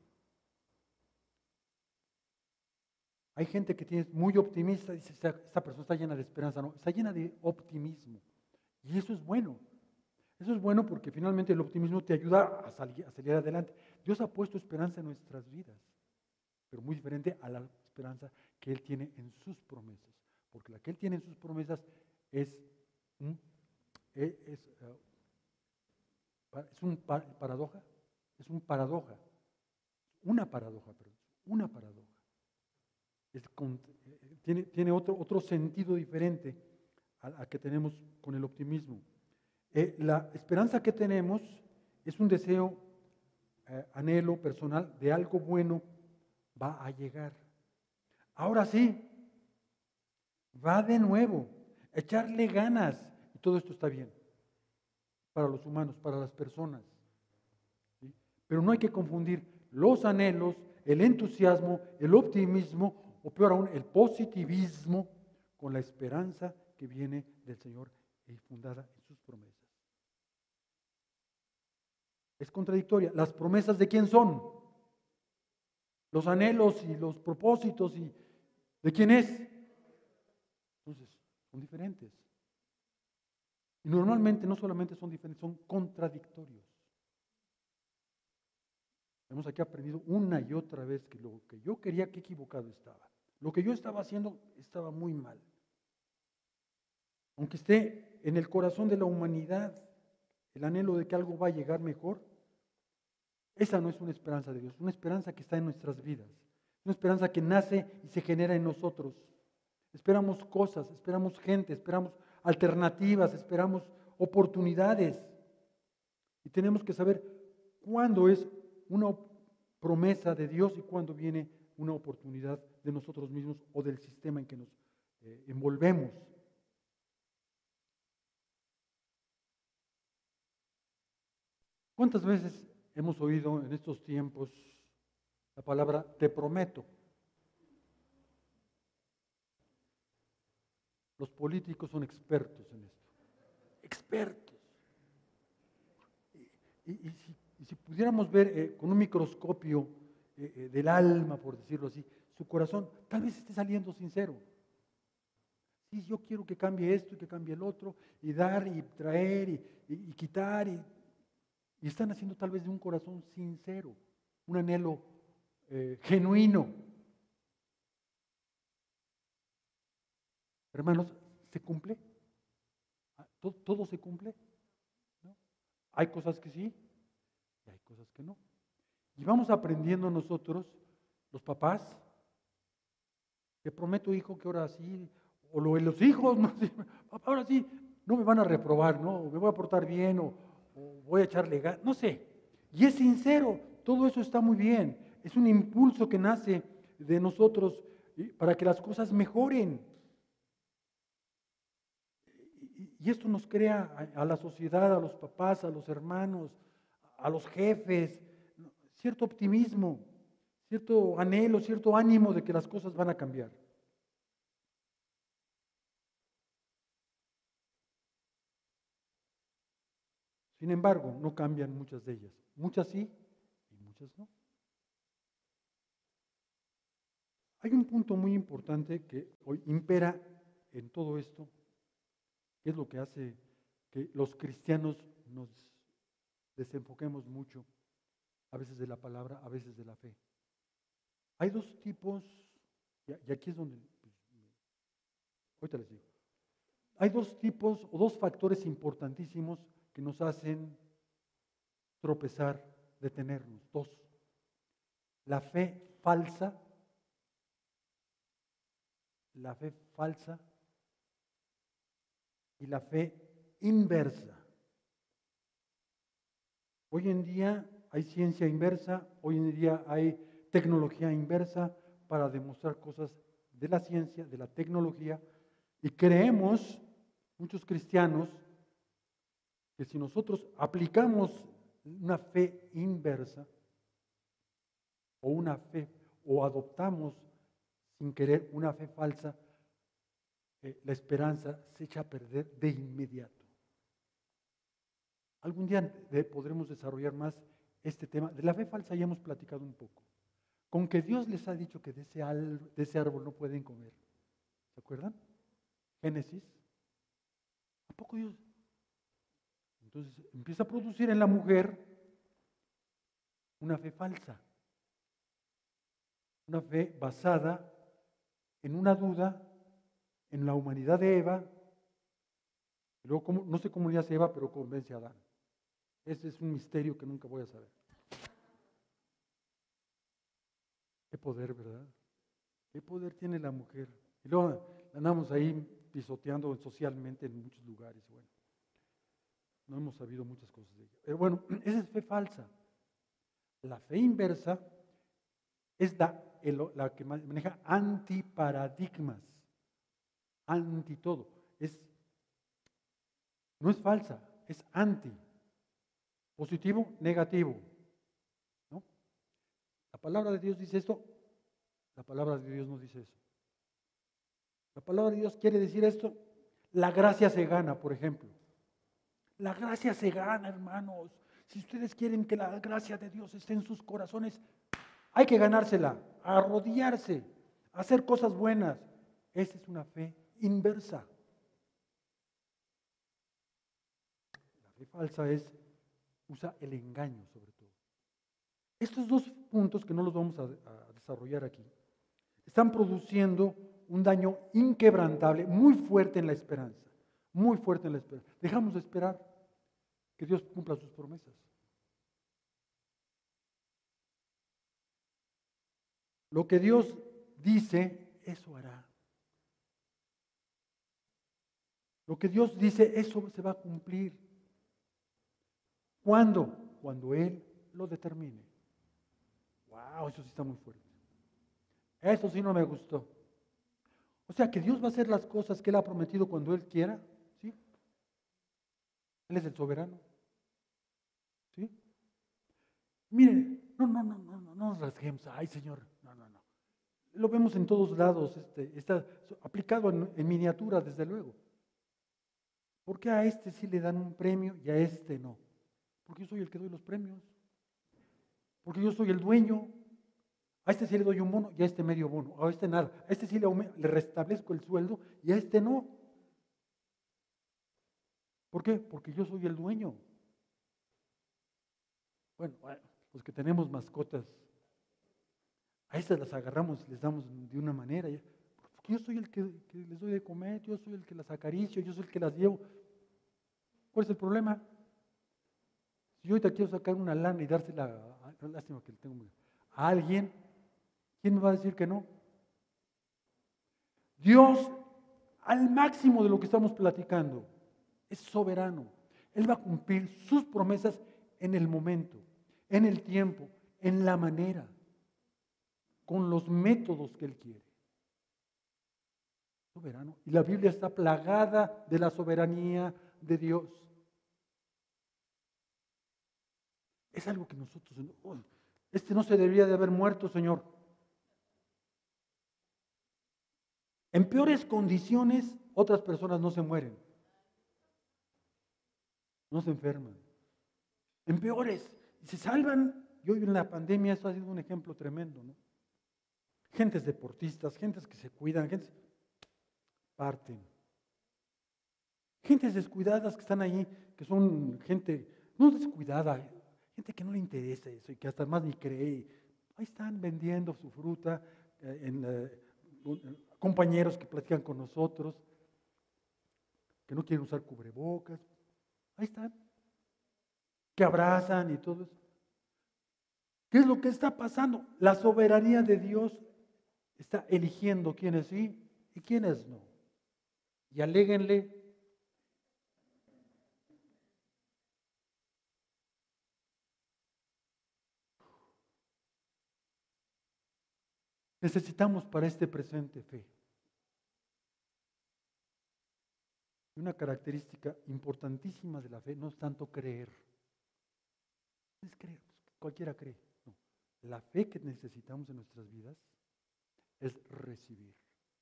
Hay gente que tiene muy optimista, dice, esta, esta persona está llena de esperanza, no, está llena de optimismo. Y eso es bueno. Eso es bueno porque finalmente el optimismo te ayuda a salir, a salir adelante. Dios ha puesto esperanza en nuestras vidas, pero muy diferente a la esperanza que Él tiene en sus promesas. Porque la que Él tiene en sus promesas es, un, es, es, uh, es un paradoja, es un paradoja, una paradoja, perdón, una paradoja. Es con, tiene tiene otro, otro sentido diferente a, a que tenemos con el optimismo. Eh, la esperanza que tenemos es un deseo, eh, anhelo personal de algo bueno va a llegar. Ahora sí, va de nuevo, echarle ganas. Y todo esto está bien para los humanos, para las personas. ¿Sí? Pero no hay que confundir los anhelos, el entusiasmo, el optimismo, o peor aún, el positivismo con la esperanza que viene del Señor y fundada en sus promesas. Es contradictoria. ¿Las promesas de quién son? Los anhelos y los propósitos y ¿de quién es? Entonces, son diferentes. Y normalmente no solamente son diferentes, son contradictorios. Hemos aquí aprendido una y otra vez que lo que yo quería, que equivocado estaba. Lo que yo estaba haciendo estaba muy mal. Aunque esté en el corazón de la humanidad el anhelo de que algo va a llegar mejor, esa no es una esperanza de Dios, es una esperanza que está en nuestras vidas. Una esperanza que nace y se genera en nosotros. Esperamos cosas, esperamos gente, esperamos alternativas, esperamos oportunidades. Y tenemos que saber cuándo es una promesa de Dios y cuándo viene una oportunidad de nosotros mismos o del sistema en que nos eh, envolvemos. ¿Cuántas veces hemos oído en estos tiempos la palabra te prometo? Los políticos son expertos en esto. Expertos. Y, y, y, si, y si pudiéramos ver eh, con un microscopio eh, eh, del alma, por decirlo así, su corazón, tal vez esté saliendo sincero. Sí, yo quiero que cambie esto y que cambie el otro, y dar y traer y, y, y quitar. Y, y están haciendo tal vez de un corazón sincero, un anhelo eh, genuino. Hermanos, ¿se cumple? ¿Todo, todo se cumple? ¿No? Hay cosas que sí y hay cosas que no. Y vamos aprendiendo nosotros, los papás, te prometo, hijo, que ahora sí, o lo de los hijos, no, sí, papá, ahora sí, no me van a reprobar, no, me voy a portar bien, o, o voy a echarle ganas, no sé. Y es sincero, todo eso está muy bien, es un impulso que nace de nosotros para que las cosas mejoren. Y esto nos crea a la sociedad, a los papás, a los hermanos, a los jefes, cierto optimismo, cierto anhelo, cierto ánimo de que las cosas van a cambiar. Sin embargo, no cambian muchas de ellas. Muchas sí y muchas no. Hay un punto muy importante que hoy impera en todo esto, que es lo que hace que los cristianos nos desenfoquemos mucho, a veces de la palabra, a veces de la fe. Hay dos tipos, y aquí es donde, pues, ahorita les digo, hay dos tipos o dos factores importantísimos que nos hacen tropezar, detenernos. Dos, la fe falsa, la fe falsa y la fe inversa. Hoy en día hay ciencia inversa, hoy en día hay tecnología inversa para demostrar cosas de la ciencia, de la tecnología, y creemos, muchos cristianos, que si nosotros aplicamos una fe inversa o una fe, o adoptamos sin querer una fe falsa, eh, la esperanza se echa a perder de inmediato. Algún día de, podremos desarrollar más este tema. De la fe falsa ya hemos platicado un poco. Con que Dios les ha dicho que de ese, al, de ese árbol no pueden comer. ¿Se acuerdan? Génesis. ¿A poco Dios? Entonces empieza a producir en la mujer una fe falsa. Una fe basada en una duda, en la humanidad de Eva. Y luego, ¿cómo? No sé cómo le hace Eva, pero convence a Adán. Ese es un misterio que nunca voy a saber. Qué poder, ¿verdad? ¿Qué poder tiene la mujer? Y luego andamos ahí pisoteando socialmente en muchos lugares. Bueno, no hemos sabido muchas cosas de ella. Pero bueno, esa es fe falsa. La fe inversa es la, el, la que maneja antiparadigmas, anti todo. Es, no es falsa, es anti. Positivo, negativo. ¿No? La palabra de Dios dice esto, la palabra de Dios no dice eso. La palabra de Dios quiere decir esto, la gracia se gana, por ejemplo. La gracia se gana, hermanos. Si ustedes quieren que la gracia de Dios esté en sus corazones, hay que ganársela, arrodillarse, hacer cosas buenas. Esa es una fe inversa. La fe falsa es, usa el engaño sobre todo. Estos dos puntos, que no los vamos a, a desarrollar aquí, están produciendo un daño inquebrantable, muy fuerte en la esperanza, muy fuerte en la esperanza. Dejamos de esperar que Dios cumpla sus promesas. Lo que Dios dice, eso hará. Lo que Dios dice, eso se va a cumplir. ¿Cuándo? Cuando Él lo determine. Wow, eso sí está muy fuerte. Eso sí no me gustó. O sea, que Dios va a hacer las cosas que Él ha prometido cuando Él quiera, ¿sí? Él es el soberano, ¿sí? Miren, no, no, no, no, no, no nos rasguemos. Ay, Señor, no, no, no. Lo vemos en todos lados, este, está aplicado en, en miniatura, desde luego. ¿Por qué a este sí le dan un premio y a este no? Porque yo soy el que doy los premios. Porque yo soy el dueño. A este sí le doy un bono y a este medio bono. A este nada. A este sí le, le restablezco el sueldo y a este no. ¿Por qué? Porque yo soy el dueño. Bueno, los que tenemos mascotas, a estas las agarramos y les damos de una manera. que yo soy el que, que les doy de comer, yo soy el que las acaricio, yo soy el que las llevo. ¿Cuál es el problema? Si yo ahorita quiero sacar una lana y dársela, a, lástima que le tengo a alguien, ¿quién me va a decir que no? Dios, al máximo de lo que estamos platicando, es soberano. Él va a cumplir sus promesas en el momento, en el tiempo, en la manera, con los métodos que Él quiere. Soberano. Y la Biblia está plagada de la soberanía de Dios. Es algo que nosotros, oh, este no se debería de haber muerto, Señor. En peores condiciones, otras personas no se mueren. No se enferman. En peores, se salvan. Y hoy en la pandemia eso ha sido un ejemplo tremendo, ¿no? Gentes deportistas, gentes que se cuidan, gentes parten. Gentes descuidadas que están ahí, que son gente no descuidada, gente que no le interesa eso y que hasta más ni cree. Ahí están vendiendo su fruta, eh, en, eh, compañeros que platican con nosotros, que no quieren usar cubrebocas. Ahí están. Que abrazan y todo eso. ¿Qué es lo que está pasando? La soberanía de Dios está eligiendo quiénes sí y quiénes no. Y aléguenle. Necesitamos para este presente fe. Una característica importantísima de la fe no es tanto creer. Es creer, cualquiera cree. No. La fe que necesitamos en nuestras vidas es recibir.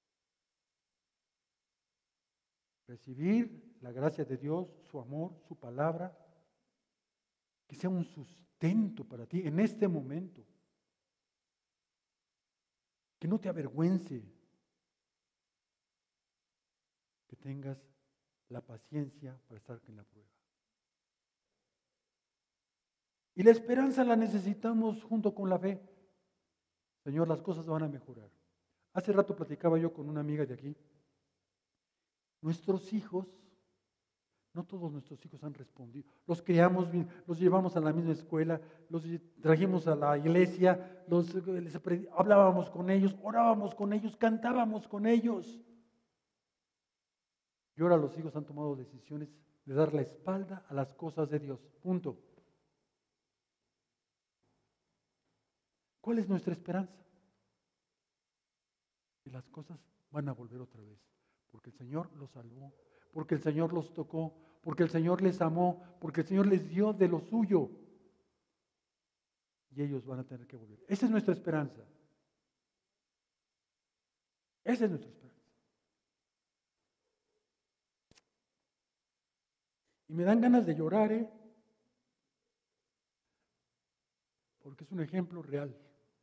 Recibir la gracia de Dios, su amor, su palabra, que sea un sustento para ti en este momento. Que no te avergüence. Que tengas la paciencia para estar en la prueba. Y la esperanza la necesitamos junto con la fe. Señor, las cosas van a mejorar. Hace rato platicaba yo con una amiga de aquí. Nuestros hijos, no todos nuestros hijos han respondido. Los criamos bien, los llevamos a la misma escuela, los trajimos a la iglesia, los, les, hablábamos con ellos, orábamos con ellos, cantábamos con ellos. Y ahora los hijos han tomado decisiones de dar la espalda a las cosas de Dios. Punto. ¿Cuál es nuestra esperanza? Que las cosas van a volver otra vez. Porque el Señor los salvó, porque el Señor los tocó, porque el Señor les amó, porque el Señor les dio de lo suyo. Y ellos van a tener que volver. Esa es nuestra esperanza. Esa es nuestra esperanza. Y me dan ganas de llorar, ¿eh? Porque es un ejemplo real.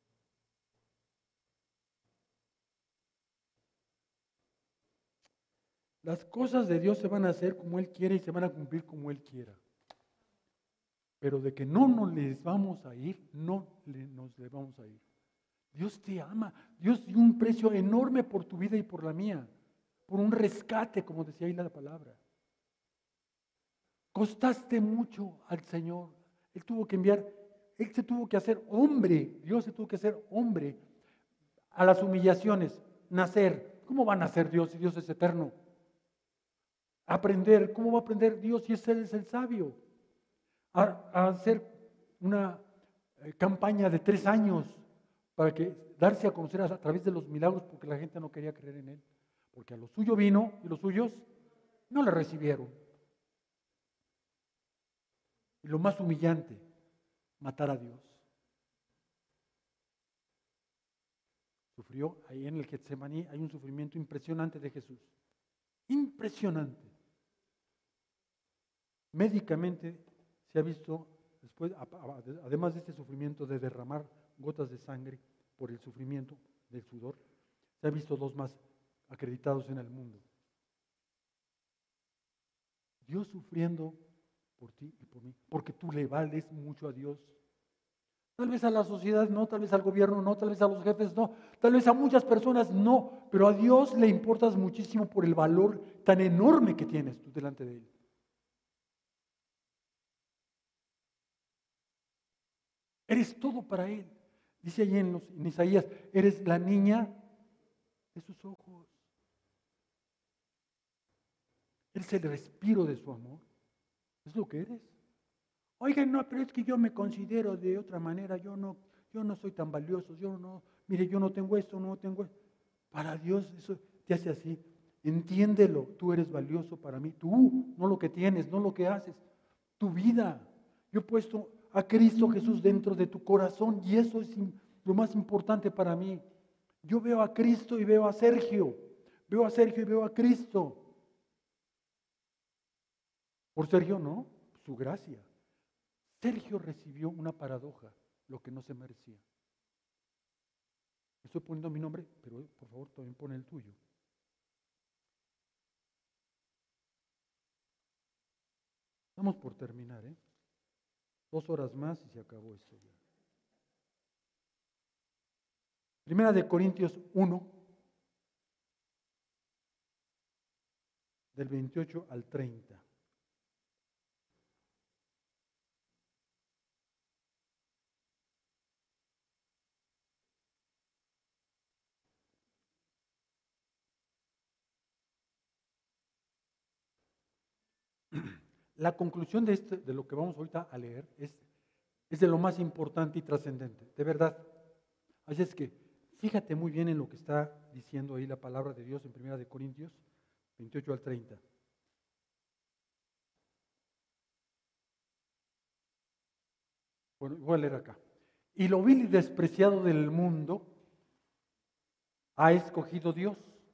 Las cosas de Dios se van a hacer como Él quiere y se van a cumplir como Él quiera. Pero de que no nos les vamos a ir, no nos les vamos a ir. Dios te ama. Dios dio un precio enorme por tu vida y por la mía. Por un rescate, como decía ahí la palabra. Costaste mucho al Señor. Él tuvo que enviar, Él se tuvo que hacer hombre. Dios se tuvo que hacer hombre a las humillaciones. Nacer. ¿Cómo va a nacer Dios si Dios es eterno? Aprender. ¿Cómo va a aprender Dios si Él es el sabio? A, a hacer una eh, campaña de tres años para que darse a conocer a, a través de los milagros porque la gente no quería creer en Él. Porque a lo suyo vino y los suyos no le recibieron. Y lo más humillante, matar a Dios. Sufrió ahí en el Getsemaní, hay un sufrimiento impresionante de Jesús. Impresionante. Médicamente se ha visto, después, además de este sufrimiento de derramar gotas de sangre por el sufrimiento del sudor, se ha visto dos más acreditados en el mundo. Dios sufriendo por ti y por mí, porque tú le vales mucho a Dios. Tal vez a la sociedad no, tal vez al gobierno no, tal vez a los jefes no, tal vez a muchas personas no, pero a Dios le importas muchísimo por el valor tan enorme que tienes tú delante de Él. Eres todo para Él. Dice allí en, los, en Isaías, eres la niña de sus ojos. Eres el respiro de su amor. Es lo que eres. Oigan, no, pero es que yo me considero de otra manera, yo no, yo no soy tan valioso, yo no, mire, yo no tengo esto, no tengo esto. Para Dios eso te hace así. Entiéndelo, tú eres valioso para mí, tú, no lo que tienes, no lo que haces, tu vida. Yo he puesto a Cristo Jesús dentro de tu corazón y eso es lo más importante para mí. Yo veo a Cristo y veo a Sergio, veo a Sergio y veo a Cristo. Por Sergio no, su gracia. Sergio recibió una paradoja, lo que no se merecía. Estoy poniendo mi nombre, pero por favor también pon el tuyo. Estamos por terminar, ¿eh? Dos horas más y se acabó esto ya. Primera de Corintios uno, del veintiocho al treinta. La conclusión de, este, de lo que vamos ahorita a leer es, es de lo más importante y trascendente, de verdad. Así es que fíjate muy bien en lo que está diciendo ahí la palabra de Dios en Primera de Corintios veintiocho al treinta. Bueno, voy a leer acá. Y lo vil y despreciado del mundo ha escogido Dios.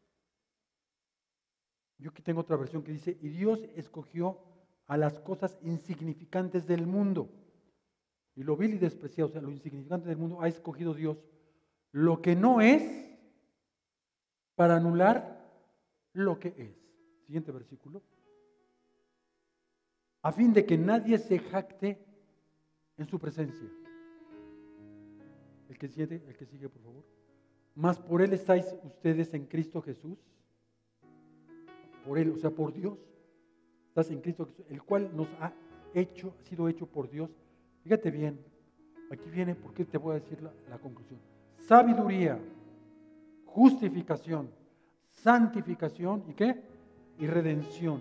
Yo aquí tengo otra versión que dice, y Dios escogió a las cosas insignificantes del mundo. Y lo vil y despreciado, o sea, lo insignificante del mundo, ha escogido Dios lo que no es para anular lo que es. Siguiente versículo. A fin de que nadie se jacte en su presencia. El que sigue, el que sigue, por favor. Mas por Él estáis ustedes en Cristo Jesús. Por Él, o sea, por Dios. Estás en Cristo Jesús, el cual nos ha hecho, ha sido hecho por Dios. Fíjate bien, aquí viene, porque te voy a decir la, la conclusión. Sabiduría, justificación, santificación, ¿y qué? Y redención.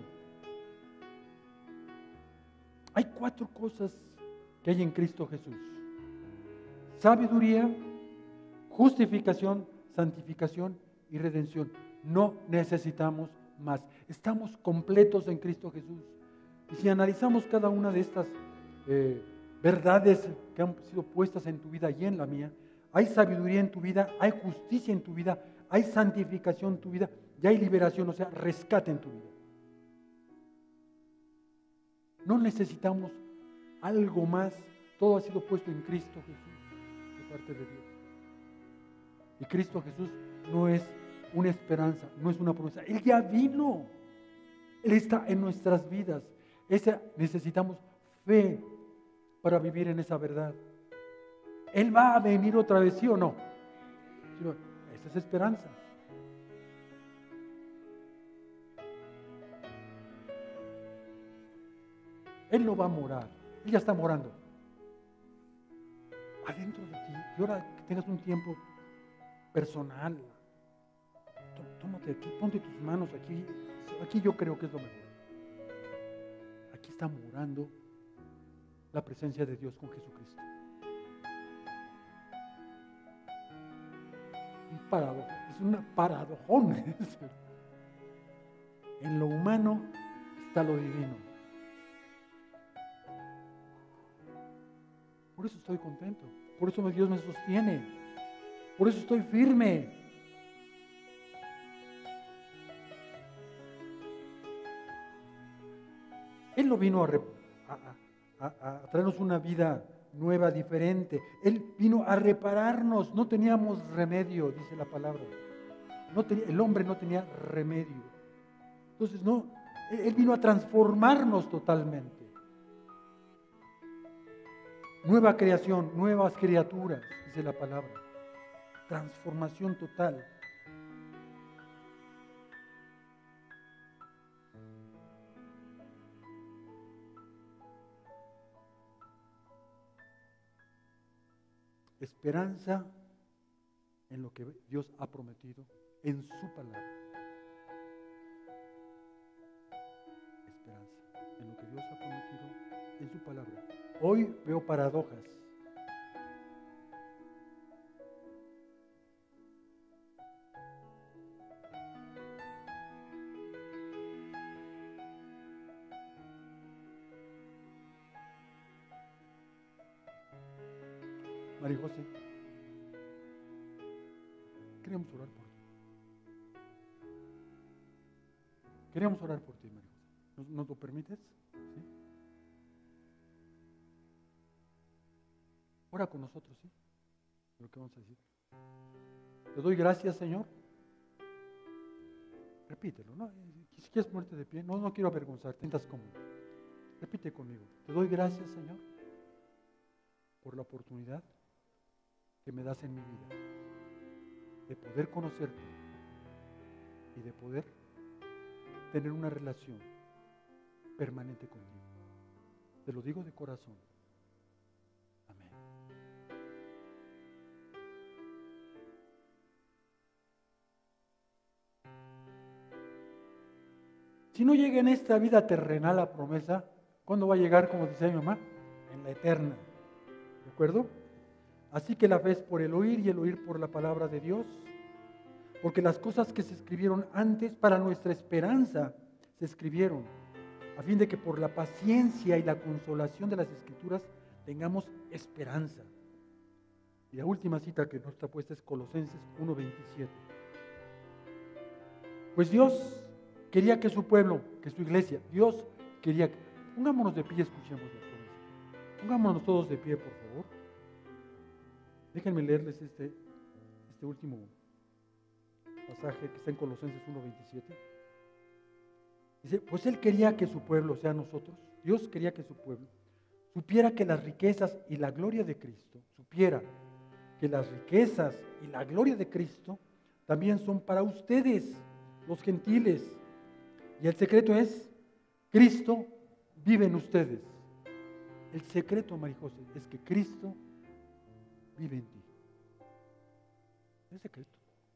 Hay cuatro cosas que hay en Cristo Jesús. Sabiduría, justificación, santificación y redención. No necesitamos más. Estamos completos en Cristo Jesús. Y si analizamos cada una de estas eh, verdades que han sido puestas en tu vida y en la mía, hay sabiduría en tu vida, hay justicia en tu vida, hay santificación en tu vida y hay liberación, o sea, rescate en tu vida. No necesitamos algo más, todo ha sido puesto en Cristo Jesús, de parte de Dios. Y Cristo Jesús no es una esperanza, no es una promesa. Él ya vino. Él está en nuestras vidas. Esa, necesitamos fe para vivir en esa verdad. Él va a venir otra vez, ¿sí o no? Esa es esperanza. Él no va a morar. Él ya está morando adentro de ti. Y ahora que tengas un tiempo personal, tómate aquí, ponte tus manos aquí. Aquí yo creo que es lo mejor. Aquí está morando la presencia de Dios con Jesucristo. Un paradojo, es una paradojón. En lo humano está lo divino. Por eso estoy contento. Por eso Dios me sostiene. Por eso estoy firme. Él no vino a, a, a, a traernos una vida nueva, diferente. Él vino a repararnos. No teníamos remedio, dice la palabra. No tenía, el hombre no tenía remedio. Entonces, no, Él vino a transformarnos totalmente. nueva creación, nuevas criaturas, dice la palabra. Transformación total. Esperanza en lo que Dios ha prometido en su palabra. Esperanza en lo que Dios ha prometido en su palabra. Hoy veo paradojas. María José, queremos orar por ti. Queremos orar por ti, María José. ¿Nos, nos lo permites? ¿Sí? Ora con nosotros, ¿sí? Lo que vamos a decir. Te doy gracias, Señor. Repítelo, ¿no? Si quieres ponerte de pie, no, no quiero avergonzarte, sientas cómodo. Repite conmigo. Te doy gracias, Señor, por la oportunidad que me das en mi vida de poder conocerte y de poder tener una relación permanente contigo. Te lo digo de corazón. Amén. Si no llega en esta vida terrenal la promesa, ¿cuándo va a llegar, como decía mi mamá? En la eterna. ¿De acuerdo? Así que la fe es por el oír y el oír por la palabra de Dios. Porque las cosas que se escribieron antes para nuestra esperanza se escribieron, a fin de que por la paciencia y la consolación de las Escrituras tengamos esperanza. Y la última cita que nos está puesta es Colosenses uno veintisiete. Pues Dios quería que su pueblo, que su iglesia, Dios quería que... Pongámonos de pie y escuchemos la promesa. Pongámonos todos de pie, por favor. Déjenme leerles este, este último pasaje que está en Colosenses uno veintisiete. Dice, pues Él quería que su pueblo, o sea nosotros, Dios quería que su pueblo supiera que las riquezas y la gloria de Cristo, supiera que las riquezas y la gloria de Cristo también son para ustedes, los gentiles. Y el secreto es, Cristo vive en ustedes. El secreto, María José, es que Cristo vive en ti. Es secreto.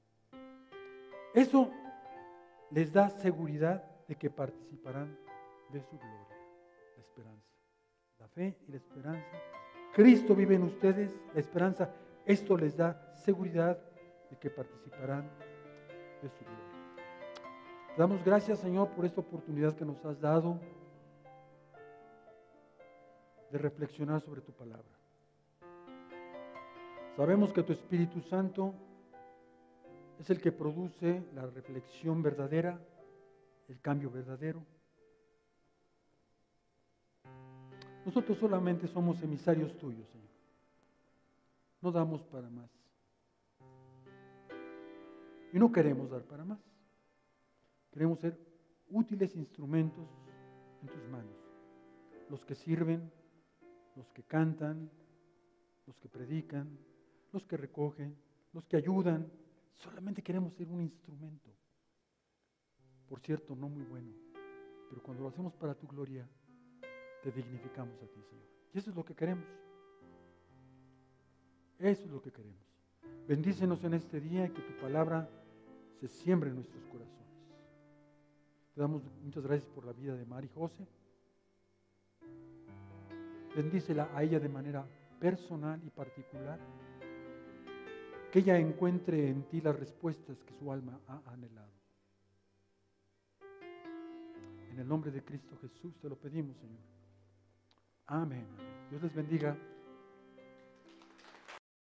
Eso les da seguridad de que participarán de su gloria, la esperanza, la fe y la esperanza. Cristo vive en ustedes, la esperanza. Esto les da seguridad de que participarán de su gloria. Te damos gracias, Señor, por esta oportunidad que nos has dado de reflexionar sobre tu palabra. Sabemos que tu Espíritu Santo es el que produce la reflexión verdadera, el cambio verdadero. Nosotros solamente somos emisarios tuyos, Señor. No damos para más. Y no queremos dar para más. Queremos ser útiles instrumentos en tus manos. Los que sirven, los que cantan, los que predican, los que recogen, los que ayudan. Solamente queremos ser un instrumento. Por cierto, no muy bueno, pero cuando lo hacemos para tu gloria, te dignificamos a ti, Señor. Y eso es lo que queremos. Eso es lo que queremos. Bendícenos en este día y que tu palabra se siembre en nuestros corazones. Te damos muchas gracias por la vida de María José. Bendícela a ella de manera personal y particular. Que ella encuentre en ti las respuestas que su alma ha anhelado. En el nombre de Cristo Jesús te lo pedimos, Señor. Amén. Dios les bendiga.